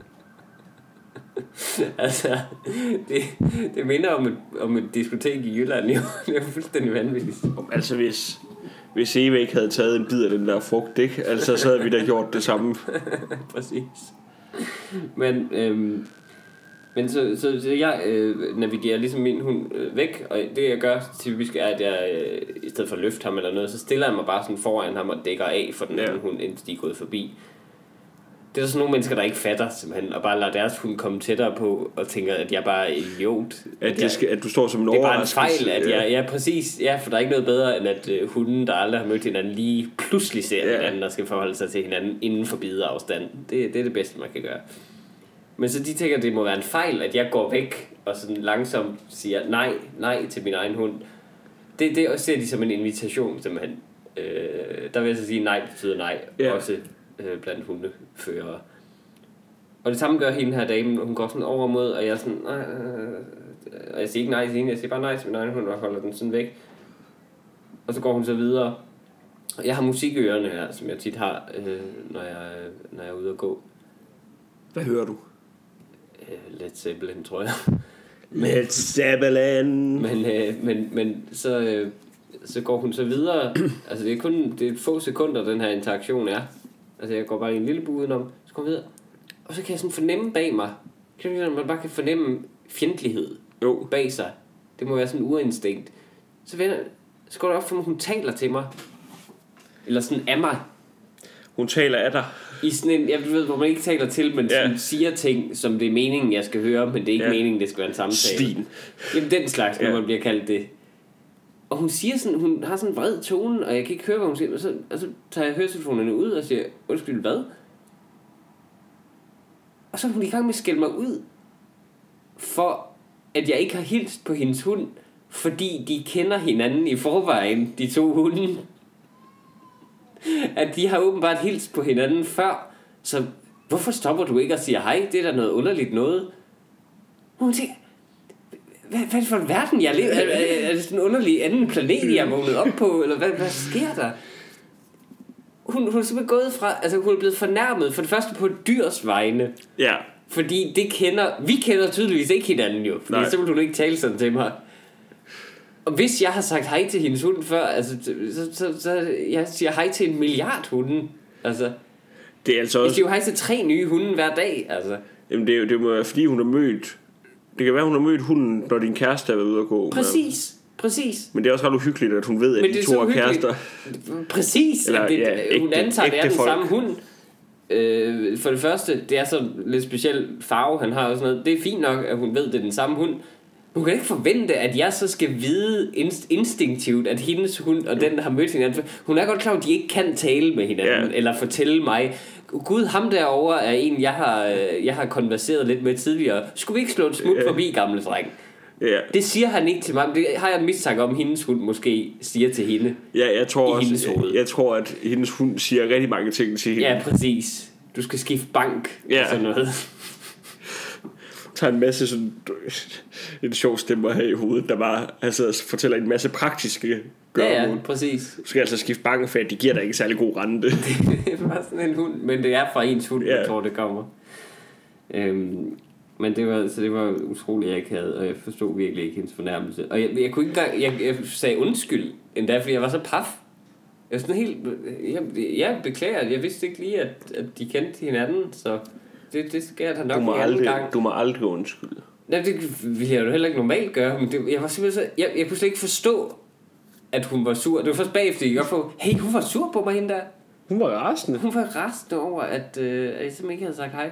Altså, det, det minder om et, om et diskotek i Jylland, jo. Det er fuldstændig vanvittigt. Altså, hvis, hvis Eva ikke havde taget en bid af den der frugt, ikke? Altså, så havde vi da gjort det samme. Præcis. Men, øhm, men så, så, så jeg øh, navigerer ligesom min hund øh, væk, og det jeg gør typisk er, at jeg øh, i stedet for at løfte ham eller noget, så stiller jeg mig bare sådan foran ham og dækker af for den ja. anden hund, indtil de er gået forbi. Det er der sådan nogle mennesker, der ikke fatter simpelthen, og bare lader deres hund komme tættere på, og tænker, at jeg bare er idiot. At, at, jeg, skal, at du står som en overraskelse. Det er bare en fejl, at jeg, ja præcis, ja, for der er ikke noget bedre, end at uh, hunden, der aldrig har mødt hinanden, lige pludselig ser ja. hinanden, og skal forholde sig til hinanden inden for bideafstand. Det, det er det bedste, man kan gøre. Men så de tænker, at det må være en fejl, at jeg går væk, og sådan langsomt siger nej, nej til min egen hund. Det, det ser de som en invitation, simpelthen. Øh, der vil jeg så sige, nej betyder nej, ja. også blandt hundeførere. Og det samme gør hende her dame. Hun går sådan over mod, og jeg er sådan øh, og jeg siger ikke nej til hende, jeg siger bare nej til min egen hund, og holder den sådan væk. Og så går hun så videre. Og jeg har musik i ørerne her, som jeg tit har, øh, når, jeg, når jeg er ude at gå. Hvad hører du? Øh, Led Zeppelin, tror jeg. Led Zeppelin. Men, øh, men, men så, øh, så går hun så videre. Altså det er kun det er få sekunder, den her interaktion er. Altså jeg går bare i en lille bue udenom, så går jeg videre, og så kan jeg sådan fornemme bag mig, kan du, man bare kan fornemme fjendtlighed jo. bag sig. Det må være sådan en urinstinkt. Så, vender, så går det op for mig, hun taler til mig, eller sådan af mig. Hun taler af dig. I sådan en, jeg ved, hvor man ikke taler til, men ja. siger ting, som det er meningen, jeg skal høre, men det er ikke ja. meningen, det skal være en samtale. Svin. Jamen den slags, når ja. man bliver kaldt det. Og hun siger sådan, hun har sådan en vred tone, og jeg kan ikke høre, hvad hun siger, og så, og så tager jeg høretelefonerne ud og siger, undskyld, hvad? Og så er hun i gang med at skælde mig ud, for at jeg ikke har hilst på hendes hund, fordi de kender hinanden i forvejen, de to hunde. At de har åbenbart hilst på hinanden før, så hvorfor stopper du ikke og siger hej? Det er da noget underligt noget. Og hun siger, Hvad, hvad er det for en verden, jeg lever? Er, er, er det sådan en underlig anden planet, jeg er vågnet op på? Eller hvad, hvad sker der? Hun, hun er simpelthen gået fra... Altså, hun er blevet fornærmet for det første på dyrs vegne. Ja. Fordi det kender... Vi kender tydeligvis ikke hinanden jo. Fordi så vil hun ikke tale sådan til mig. Og hvis jeg har sagt hej til hendes hund før, altså, så, så, så jeg siger hej til en milliard hunde. Altså, det er altså også... Jeg siger jo hej til tre nye hunde hver dag, altså. Jamen, det, er, det må være, fordi hun har mødt... Det kan være, hun har mødt hunden, når din kæreste er ude at gå. Præcis, præcis. Men det er også ret uhyggeligt, at hun ved, at de to er kærester. Præcis. Eller, det, ja, ægte, hun antager, det er den folk. samme hund. Øh, for det første, det er så lidt speciel farve, han har og sådan noget. Det er fint nok, at hun ved, det er den samme hund. Hun kan ikke forvente, at jeg så skal vide inst- instinktivt, at hendes hund og den, der har mødt hinanden. Hun er godt klar, at de ikke kan tale med hinanden, ja. eller fortælle mig... Gud, ham derovre er en, jeg har, jeg har konverseret lidt med tidligere. Skulle vi ikke slå et smut yeah. forbi, gamle dreng? Yeah. Det siger han ikke til mig. Det har jeg en mistanke om, hendes hund måske siger til hende. Ja, jeg tror også, jeg, jeg tror, at hendes hund siger rigtig mange ting til hende. Ja, præcis. Du skal skifte bank yeah. og sådan noget. Tager en masse sådan en sjov stemmer her i hovedet, der bare altså, fortæller en masse praktiske gøremål. Ja, ja, præcis. Du skal altså skifte banken, for de giver dig ikke særlig god rente. Det er bare sådan en hund, men det er fra ens hund, ja. jeg tror det kommer. Øhm, men det var, så det var utroligt, jeg ikke havde, og jeg forstod virkelig ikke hendes fornærmelse. Og jeg, jeg kunne ikke engang, jeg, jeg sagde undskyld endda, fordi jeg var så paf. Jeg var sådan helt, jeg, jeg beklager, jeg vidste ikke lige, at, at de kendte hinanden, så... Det, det skal jeg nok en anden gang. Du må aldrig undskylde. Nej, det ville jeg jo heller ikke normalt gøre. Men det, jeg var simpelthen så... Jeg, jeg kunne slet ikke forstå, at hun var sur. Det var først bagefter, jeg godt få... Hey, hun var sur på mig, hende der. Hun var rasende. Hun var rasende over, at, øh, at jeg simpelthen ikke havde sagt hej.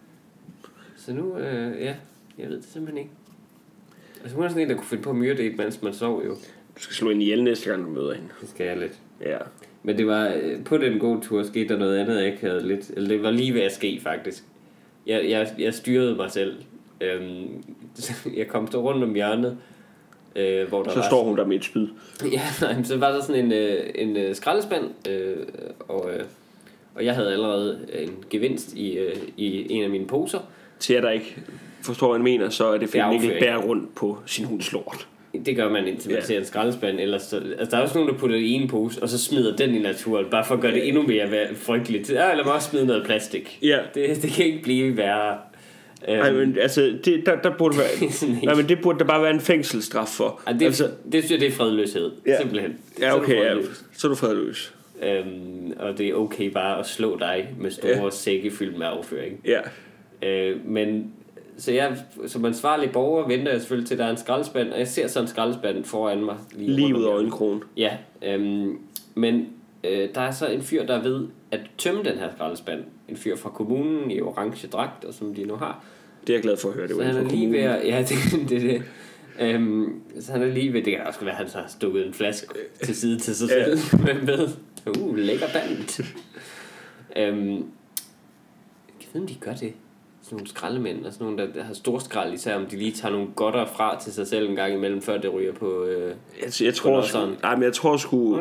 Så nu, øh, ja... Jeg ved det simpelthen ikke. Altså, hun er sådan en, der kunne finde på at myrde, mens man sov jo. Du skal slå hende ihjel næste gang, du møder hende. Det skal jeg lidt. Ja. Men det var... På den gode tur skete der noget andet, jeg ikke havde lidt... Eller det var lige ved at ske, faktisk. Jeg, jeg, jeg styrede mig selv. Øhm, jeg kom så rundt om hjørnet, øh, hvor der så var står hun der med et spyd. Ja, nej, så var der sådan en, øh, en øh, skraldespand, øh, og, øh, og jeg havde allerede en gevinst i, øh, i en af mine poser. Til jeg der ikke forstår, hvad han mener, så er det fordi han ikke bærer rundt på sin hunds lort. Det gør man, indtil man yeah. ser en skraldespand. Ellers så, altså, der er også nogen, der putter det i en pose, og så smider den i naturen, bare for at gøre det endnu mere frygteligt. Ja, eller man også smide noget plastik. Yeah. Det, det kan ikke blive værre. Nej, men altså, det, der, der burde være, nej, men det burde der bare være en fængselsstraf for. Ja, det, altså, det synes jeg, det er fredløshed. Ja. Simpelthen. Ja, okay, så er, ja, så er du fredløs. Øhm, og det er okay bare at slå dig med store ja. sække fyldt med afføring. Ja. Øh, men så jeg som ansvarlig borger venter jeg selvfølgelig til, at der er en skraldespand, og jeg ser så en skraldespand foran mig. Lige, lige ud af øjenkrogen. Ja, øhm, men øh, der er så en fyr, der ved at tømme den her skraldespand. En fyr fra kommunen i orange dragt, og som de nu har. Det er jeg glad for at høre, det var fra kommunen. At, ja, det er det, det. Øhm, så han er lige ved, det kan også være, at han så har stukket en flaske til side til sig selv. Hvem ved? Uh, lækker band. øhm, jeg ved, om de gør det. Sådan nogle skraldemænd, og sådan nogle, der har stor skrald, især om de lige tager nogle godter fra til sig selv en gang imellem, før det ryger på øh, jeg, jeg tror sgu, nej, men jeg tror sgu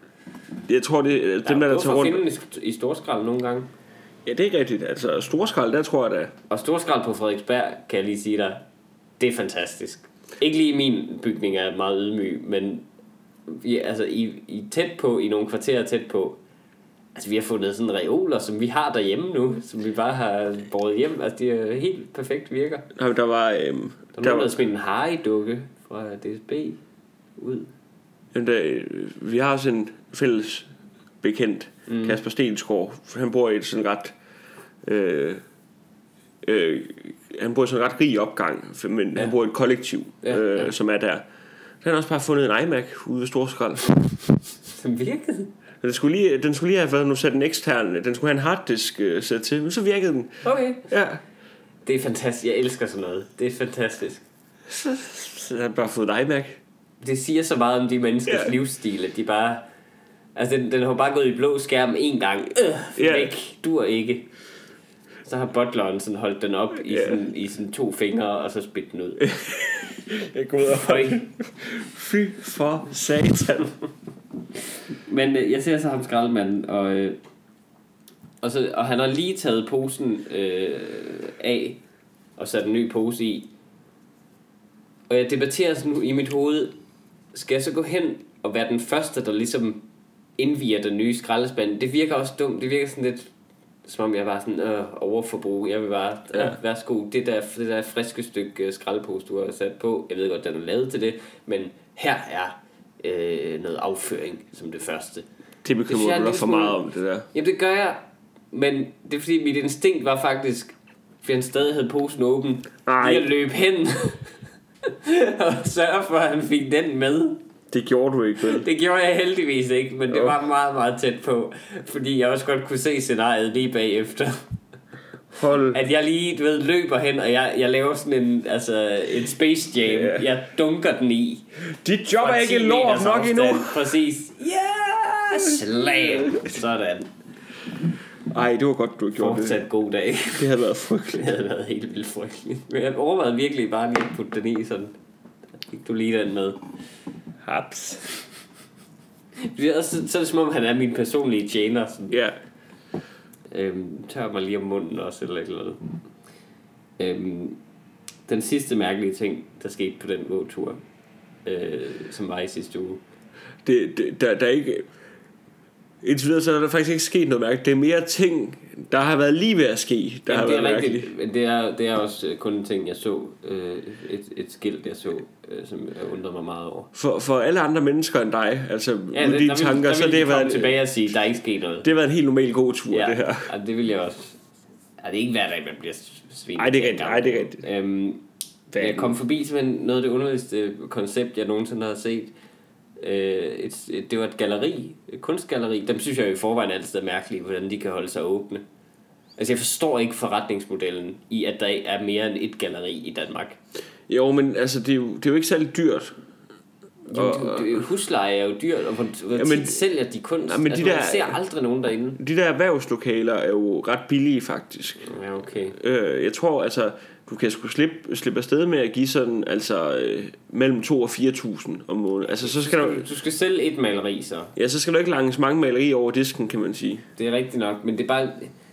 jeg tror det dem der, der tager rundt finde i storskrald nogle gange. Ja, det er ikke rigtigt. Altså storskrald, der tror jeg da. Og storskrald på Frederiksberg, kan jeg lige sige dig, det er fantastisk. Ikke lige min bygning er meget ydmyg, men vi, altså i, i tæt på, i nogle kvarterer tæt på, altså vi har fundet sådan reoler, som vi har derhjemme nu, som vi bare har båret hjem. Altså de er helt perfekt virker. Jamen, der var øhm, der, der var der smidt en Harry-dukke fra D S B ud. Jamen, der, vi har også en fælles bekendt, mm. Kasper Stensgaard. Han bor i et sådan ret øh, øh, han bor i sådan en ret rig opgang, men ja. Han bor i et kollektiv, ja, øh, ja. Som er der. Så han har også bare fundet en iMac ude ved Storskrald. Som virkede? Den skulle lige, den skulle lige have været nu sat en ekstern. Den skulle have en harddisk uh, sat til, men så virkede den. Okay. Ja. Det er fantastisk. Jeg elsker sådan noget. Det er fantastisk. Så, så har han bare fået en iMac. Det siger så meget om de menneskers ja. livsstil, at de bare... Altså, den, den har bare gået i blå skærm en gang. Øh, ja. Væk. Du er ikke. Så har butleren sådan holdt den op i, yeah. sådan, i sådan to fingre, og så spidt den ud. Jeg går ud og føj. Fy for satan. Men øh, jeg ser så ham skraldemanden, og, øh, og, så, og han har lige taget posen øh, af, og sat en ny pose i. Og jeg debatterer sådan nu i mit hoved, skal jeg så gå hen og være den første, der ligesom indviger den nye skraldespand? Det virker også dumt, det virker sådan lidt... Som om jeg var sådan øh, overforbrug. Jeg vil bare, øh, ja. Værsgo, det der, det der friske stykke skraldepose, du har sat på. Jeg ved godt, den er lavet til det, men her er øh, noget afføring som det første. Det bekymrer du dig for meget om, det der. Jamen, det gør jeg, men det er fordi, mit instinkt var faktisk, fordi han stadig havde posen åben, lige at løbe hen og sørge for, at han fik den med. Det gjorde du ikke, vel? Det gjorde jeg heldigvis ikke, men det var meget, meget tæt på. Fordi jeg også godt kunne se scenariet lige bagefter. Hold. At jeg lige, du ved, løber hen, og jeg, jeg laver sådan en, altså, en Space Jam. Yeah. Jeg dunker den i. Dit job er ikke lort nok endnu. Præcis. Ja, slam. Sådan. Ej, det var godt, du gjorde det. Fortsat god dag. Det havde været frygteligt. Det havde været helt vildt frygteligt. Men jeg overvejede virkelig bare lige at putte den i sådan. Fik du lige den med. Haps. Så, så er det som om han er min personlige tjener. Ja. Yeah. Øhm, tør mig lige om munden også eller et eller andet. Øhm, den sidste mærkelige ting der skete på den gåtur, øh, som var i sidste uge. Det, det der, der er ikke indtil videre så er der faktisk ikke sket noget mærkeligt. Det er mere ting der har været lige ved at ske der. Jamen, har det været er rigtigt, men det er, det er også kun en ting jeg så, øh, et, et skilt jeg så, øh, som jeg undrede mig meget over. For, for alle andre mennesker end dig, altså ja, det, dine der tanker, vil, der så vil det har været tilbage og sige der er ikke sket noget. Det har været en helt normal god tur, ja, det her. Ja, det vil jeg også. Ja, det er ikke hver dag man bliver svinet. Nej, det er rigtigt. Nej, det er rigtigt. Øhm, jeg kom forbi simpelthen noget af det underligste koncept jeg nogensinde har set. Et, et, det var et galleri, et kunstgalleri. Dem synes jeg jo i forvejen altid er mærkeligt, hvordan de kan holde sig åbne. Altså jeg forstår ikke forretningsmodellen i at der er mere end et galleri i Danmark. Jo, men altså det er jo, det er jo ikke særlig dyrt. Jo, og, det, husleje er jo dyrt, og hvor, hvor ja, men, tit sælger de kunst. Ja, men altså, de der, man ser aldrig nogen derinde. De der erhvervslokaler er jo ret billige faktisk. Ja, okay. øh, Jeg tror altså du kan sgu slippe, slippe afsted med at give sådan altså øh, mellem to og fire tusind om måneden. Altså så skal du, du, du skal sælge et maleri så. Ja, så skal du ikke langes mange malerier over disken, kan man sige. Det er rigtigt nok, men det er bare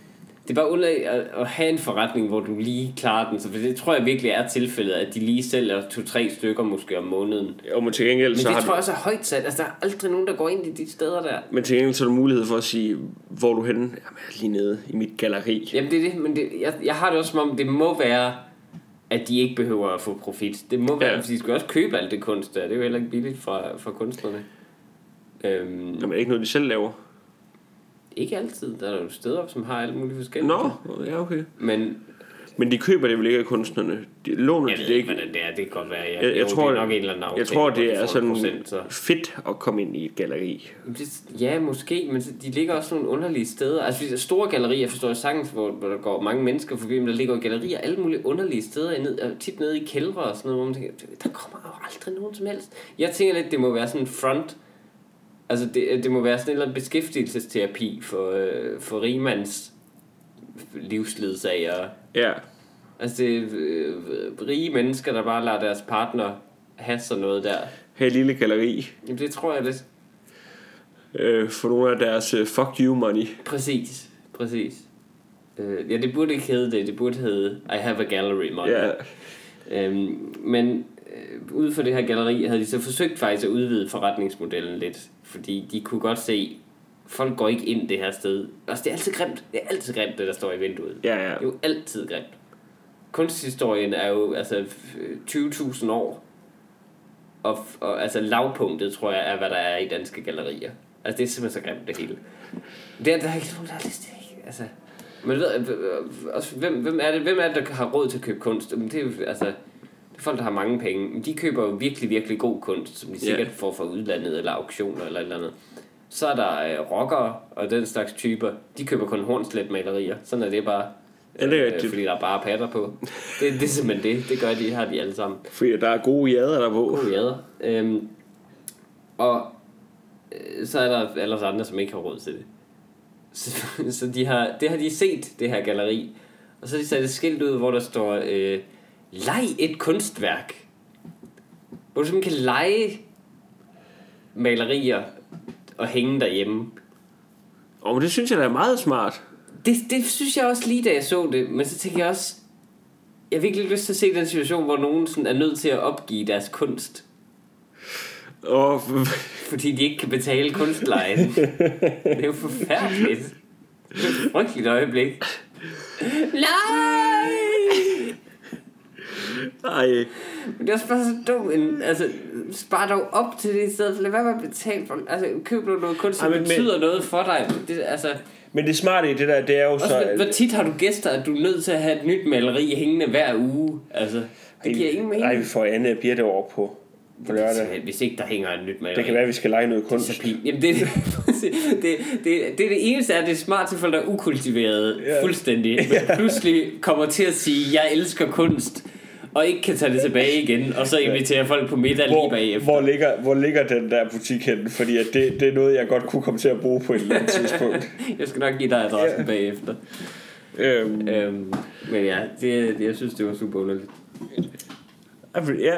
Det er bare underligt at, at have en forretning, hvor du lige klarer den. Så for det tror jeg virkelig er tilfældet, at de lige sælger to-tre stykker måske om måneden. Jo, men til gengæld, men så det har tror jeg også er højt sat. Altså, der er aldrig nogen, der går ind i de steder der. Men til gengæld så er der mulighed for at sige, hvor er du henne? Jamen, jeg er lige nede i mit galleri. Jamen, det er det. Men det, jeg, jeg har det også som om, det må være, at de ikke behøver at få profit. Det må være, ja. Fordi de skal også købe alt det kunst der. Det er jo heller ikke billigt fra, fra kunstnerne. Øhm, Jamen, er det ikke noget, de selv laver? Ikke altid. Der er jo steder, som har alt muligt forskelligt. Nå, ja, okay. Men, men de køber det vel ikke af kunstnerne? De låner jeg de ved det ikke? Hvordan det er. Det kan godt være. Jeg, jeg, jeg jo, tror, det er nok en eller anden aftale. Jeg tror, det er sådan procent, så. fedt at komme ind i et galleri. Ja, måske, men de ligger også nogle underlige steder. Altså store gallerier, forstår jeg sagtens, hvor, hvor der går mange mennesker forbi, men der ligger gallerier alle mulige underlige steder, ned, tit nede i kældre og sådan noget, hvor man tænker, der kommer jo aldrig nogen som helst. Jeg tænker lidt, det må være sådan en front. Altså det, det må være sådan en eller anden beskæftigelsesterapi for, øh, for rigmands livsledsager. Ja. Altså det er øh, rige mennesker, der bare lader deres partner have sådan noget der. Have et lille galleri. Jamen det tror jeg lidt. Øh, for nogle af deres uh, fuck you money. Præcis, præcis. Øh, ja, det burde ikke hedde det. Det burde hedde I have a gallery money. Ja. Øhm, men øh, ude for det her galleri havde de så forsøgt faktisk at udvide forretningsmodellen lidt. Fordi de kunne godt se, folk går ikke ind det her sted. Altså det er altid grimt. Det er altid grimt, det der står i vinduet. Ja, ja. Det er jo altid grimt. Kunsthistorien er jo altså tyve tusind år. Og, og altså lavpunktet, tror jeg, er hvad der er i danske gallerier. Altså det er simpelthen så grimt det hele. Det er der er ikke nogen, der har lyst til det. Altså, men ved, også, hvem, hvem, er det, hvem er det, der har råd til at købe kunst? Det er jo, altså, det er folk, der har mange penge. De køber jo virkelig, virkelig god kunst, som de sikkert yeah. får fra udlandet, eller auktioner, eller et eller andet. Så er der øh, rockere og den slags typer. De køber kun hornslet-malerier. Sådan er det bare. Ja, det er øh, fordi der er bare patter på. Det, det er simpelthen det. Det gør de, har de alle sammen. Fordi der er gode jader der på. Gode jader. Øhm, og øh, så er der ellers andre, som ikke har råd til det. Så, så de har, det har de set, det her galleri. Og så har de sat et skilt ud, hvor der står øh, leg et kunstværk. Hvor du simpelthen kan lege malerier og hænge derhjemme. Og det synes jeg da er meget smart. Det, det synes jeg også lige, da jeg så det. Men så tænker jeg også, jeg har virkelig lyst til at se den situation, hvor nogen sådan er nødt til at opgive deres kunst. Og fordi de ikke kan betale kunstlejen. Det er jo forfærdeligt. Det er et frygteligt øjeblik. Nej! Ej. Men det er også bare så dumt. Altså, spar dog op til det i stedet for. Lad være med at betale for. Altså, køb du noget kunst, som Ej, men, betyder men, noget for dig. Det, altså, men det smarte i det der, det er jo også, så... Hvor tit har du gæster, at du er nødt til at have et nyt maleri hængende hver uge? Altså, det giver ingen mening. Nej, vi får Anne og Birte over på, på lørdag. Hvis ikke der hænger et nyt maleri. Det kan være, at vi skal lege noget kunst. Det Jamen, det, det, det, det, det er det eneste, er, det er smart til folk, der er ukultiveret yeah. fuldstændig. Men yeah. pludselig kommer til at sige, jeg elsker kunst, og ikke kan tage det tilbage igen, og så inviterer folk på middag hvor, lige bagefter. Hvor ligger, hvor ligger den der butik henne? Fordi at det, det er noget, jeg godt kunne komme til at bruge på et eller andet tidspunkt. Jeg skal nok give dig adressen yeah. bagefter. Øhm. Øhm, men ja, det, det, jeg synes, det var super underligt. Ja.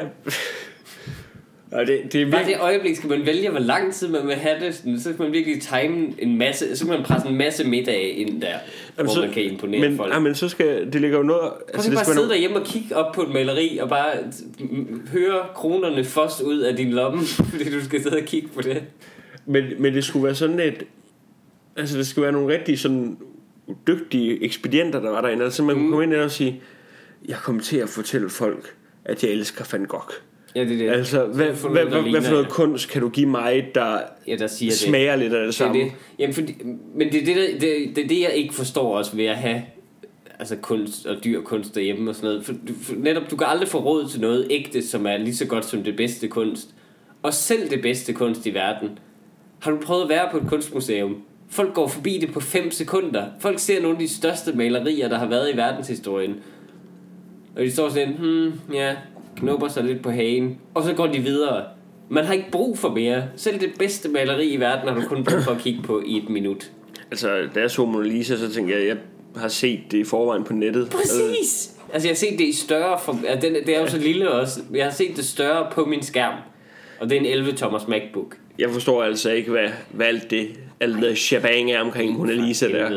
Og det, det er bare det øjeblik skal man vælge, hvor lang tid man vil have det. Så skal man virkelig time en masse. Så kan man presse en masse middage ind der, jamen, hvor så, man kan imponere men, folk. Ja, men så skal det ligger jo noget. Altså, det bare sidde derhjemme og kigge op på et maleri og bare høre kronerne først ud af din lomme, fordi du skal sidde og kigge på det. Men, men det skulle være sådan et, altså det skulle være nogle rigtig sådan dygtige ekspedienter, der var derinde, altså man mm. kunne komme ind og sige, jeg kommer til at fortælle folk, at jeg elsker Van Gogh. Ja, det er det. Altså, hvad, hvad, hvad, hvad, hvad for noget kunst kan du give mig, der, ja, der siger smager det. lidt af det, det samme? Det. Jamen, fordi, men det er det, der, det, det, det, jeg ikke forstår også ved at have altså kunst og dyr kunst derhjemme og sådan noget. For, for netop, du kan aldrig få råd til noget ægte, som er lige så godt som det bedste kunst. Og selv det bedste kunst i verden. Har du prøvet at være på et kunstmuseum? Folk går forbi det på fem sekunder. Folk ser nogle af de største malerier, der har været i verdenshistorien. Og de står sådan, hmm, ja... knupper sig lidt på hagen, og så går de videre. Man har ikke brug for mere. Selv det bedste maleri i verden har du kun brug for at kigge på i et minut. Altså, da jeg så Mona Lisa, så tænkte jeg, at jeg har set det i forvejen på nettet. Præcis! Altså, jeg har set det i større... For, altså, den, det er jo så lille også. Jeg har set det større på min skærm. Og det er en elleve tommers MacBook. Jeg forstår altså ikke, hvad, hvad alt det, alt det shabang er omkring Mona Lisa der.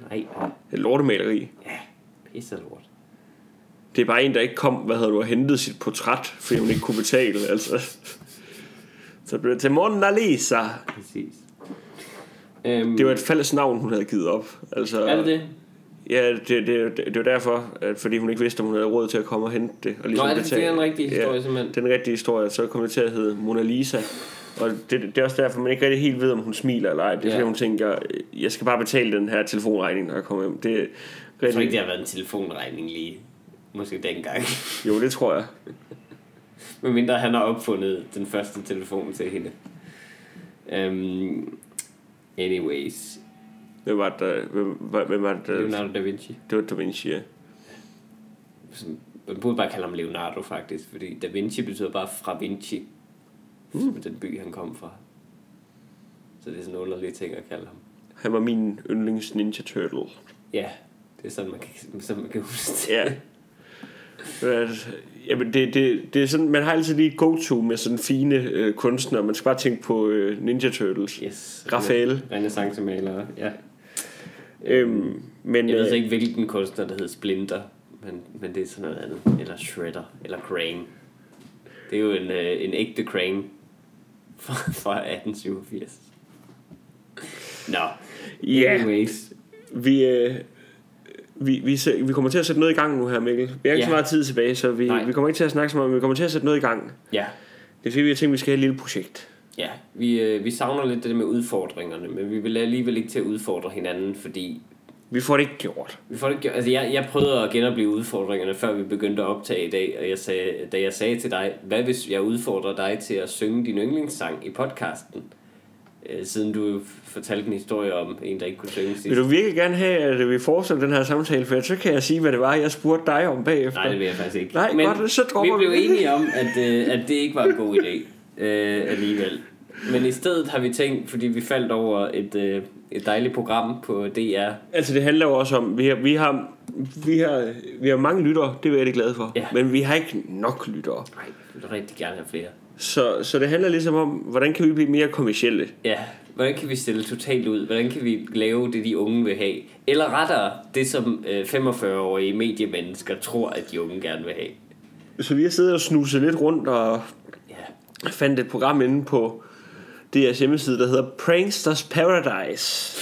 Nej. Det er lortemaleri. Ja, pisse lort. Det er bare en, der ikke kom, hvad havde du, hentet sit portræt, fordi hun ikke kunne betale, altså. Så blev det til Mona Lisa. Præcis. Um, det var et fælles navn, hun havde givet op. Altså, er det det? Ja, det, det, det, det var derfor, at fordi hun ikke vidste, om hun havde råd til at komme og hente det. Og ligesom Nå, er det, det er en rigtig historie, ja, simpelthen? det er en rigtig historie, så kom det til at hedde Mona Lisa. Og det, det er også derfor, man ikke rigtig helt ved, om hun smiler eller ej. Det er ja. Fordi hun tænker, jeg skal bare betale den her telefonregning, når jeg kommer hjem. Det, jeg tror ikke, det har været en telefonregning lige. Måske dengang. Jo, det tror jeg. Men mindre han har opfundet den første telefon til hende. Um, anyways. Hvem var det? Hvem, hvem var det? Leonardo da Vinci. Det var Da Vinci, ja. Man burde bare kalde ham Leonardo, faktisk. Fordi Da Vinci betyder bare fra Vinci. Mm. Som den by, han kom fra. Så det er sådan en underlig ting at kalde ham. Han var min yndlings Ninja Turtle. Ja, det er sådan, man kan, sådan, man kan huske det. Ja. Jamen det, det, det er sådan, man har altid lige go-to med sådan fine øh, kunstnere. Man skal bare tænke på øh, Ninja Turtles. Yes. Raphael. Renaissancemalere, ja. Øhm, men, jeg ved ikke, hvilken kunstner, der hedder Splinter. Men, men det er sådan noget andet. Eller Shredder. Eller Crane. Det er jo en, øh, en ægte Crane fra, fra atten syvogfirs. Nå. Yeah. Anyways. Vi... Øh, Vi, vi, vi kommer til at sætte noget i gang nu her, Mikkel. Vi har ikke ja. så meget tid tilbage, så vi, vi kommer ikke til at snakke så meget, men vi kommer til at sætte noget i gang. Ja. Det er fordi, vi har tænkt, at vi skal have et lille projekt. Ja, vi, øh, vi savner lidt det med udfordringerne, men vi vil alligevel ikke til at udfordre hinanden, fordi... Vi får det ikke gjort. Vi får det ikke gjort. Altså, jeg, jeg prøvede at genopleve udfordringerne, før vi begyndte at optage i dag, og jeg sagde, da jeg sagde til dig, hvad hvis jeg udfordrer dig til at synge din yndlingssang i podcasten? Siden du fortalte en historie om en, der ikke kunne synge sidst. Vil du virkelig gerne have, at vi fortsætter den her samtale? For så kan jeg sige, hvad det var, jeg spurgte dig om bagefter. Nej, det vil jeg faktisk ikke. Nej, men godt, så dropper vi. Vi blev enige om, at, at det ikke var en god idé øh, alligevel. Men i stedet har vi tænkt, fordi vi faldt over et, øh, et dejligt program på D R. Altså det handler jo også om, vi har, vi har, vi har, vi har mange lyttere, det er jeg rigtig glad for. Ja. Men vi har ikke nok lyttere. Nej, vi vil rigtig gerne have flere. Så, så det handler ligesom om, hvordan kan vi blive mere kommercielle? Ja, hvordan kan vi stille totalt ud? Hvordan kan vi lave det, de unge vil have? Eller rettere, det som øh, femogfyrre-årige mediemennesker tror, at de unge gerne vil have. Så vi har siddet og snuset lidt rundt og ja. fandt et program inde på D R's hjemmeside, der hedder Pranksters Paradise.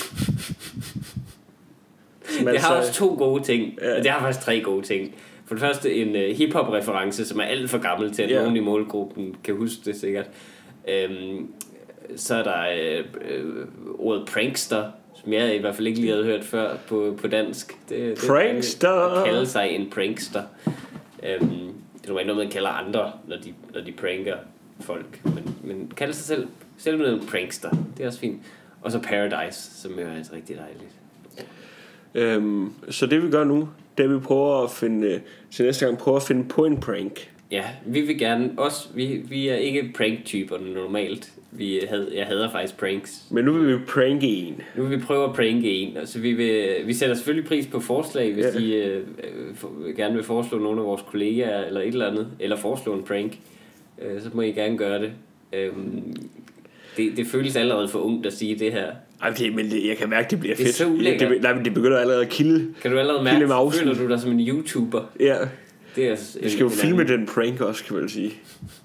Det har også to gode ting. Ja. Det har faktisk tre gode ting. For det første en uh, hip-hop-reference, som er alt for gammel til, at yeah. nogen i målgruppen kan huske det sikkert. Øhm, så er der øh, øh, ordet prankster, som jeg i hvert fald ikke lige havde hørt før på, på dansk. Det, prankster! Det at kalde sig en prankster. Øhm, det er jo ikke noget, man kalder andre, når de, når de pranker folk. Men, men kalder sig selv, selv med en prankster. Det er også fint. Og så Paradise, som jo er altså rigtig dejligt. Øhm, så det vi gør nu, det er vi prøver at finde til næste gang prøver at finde på en prank. Ja, vi vil gerne også vi vi er ikke prank-typerne normalt. Vi havde jeg hader faktisk pranks. Men nu vil vi pranke en. Nu vil vi prøve at pranke en. Altså vi vil vi sætter selvfølgelig pris på forslag, hvis ja. de øh, for, gerne vil foreslå nogle af vores kollegaer eller et eller andet, eller foreslå en prank. Øh, så må I gerne gøre det. Øhm, det det føles allerede for ungt at sige det her. Ej, det, men det, jeg kan mærke, det bliver det fedt. Er så det, nej, men det begynder allerede at kilde. Kan du allerede mærke, føler du dig som en YouTuber? Ja. Det er vi skal jo filme den prank også, kan man sige.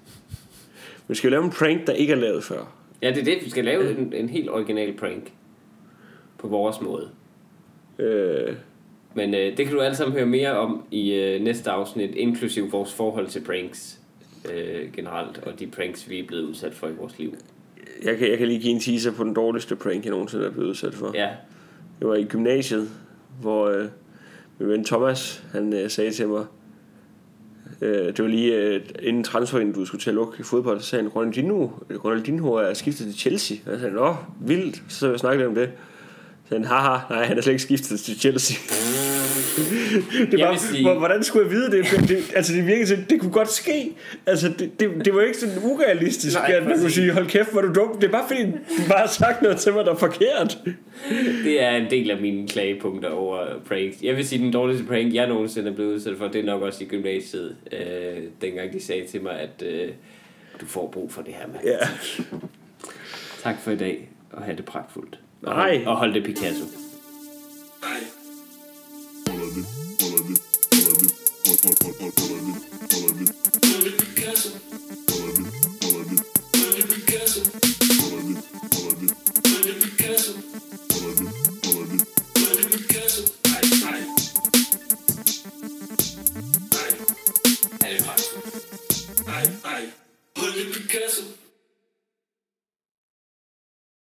Vi skal jo lave en prank, der ikke er lavet før. Ja, det er det. Vi skal lave ja. en, en helt original prank. På vores måde. Øh. Men øh, det kan du alle sammen høre mere om i øh, næste afsnit, inklusiv vores forhold til pranks øh, generelt, og de pranks, vi er blevet udsat for i vores liv. Jeg kan, jeg kan lige give en teaser på den dårligste prank, jeg nogensinde er blevet udsat for. Ja. Det var i gymnasiet, hvor øh, min ven Thomas, han øh, sagde til mig, øh, det var lige øh, inden transferen, du skulle til at lukke i fodbold, så sagde han, Ronaldinho, Ronaldinho er skiftet til Chelsea. Og jeg sagde, nå, vildt, så jeg snakkede om det. Så sagde han, haha, nej, han er slet ikke skiftet til Chelsea. Det var, sige... hvordan skulle jeg vide det? det altså det virkede sådan, det kunne godt ske. Altså det, det, det var ikke sådan urealistisk. Nej, at man kunne sige, hold kæft, hvor er du dum. Det er bare fordi du bare har sagt noget til mig, der er forkert. Det er en del af mine klagepunkter over pranks. Jeg vil sige, den dårligste prank jeg nogensinde er blevet udsat for, det er nok også i gymnasiet, øh, dengang de sagde til mig, at øh, du får brug for det her, mand. Ja. Tak for i dag, og have det pragtfuldt. Nej. Og hold det Picasso. Hej.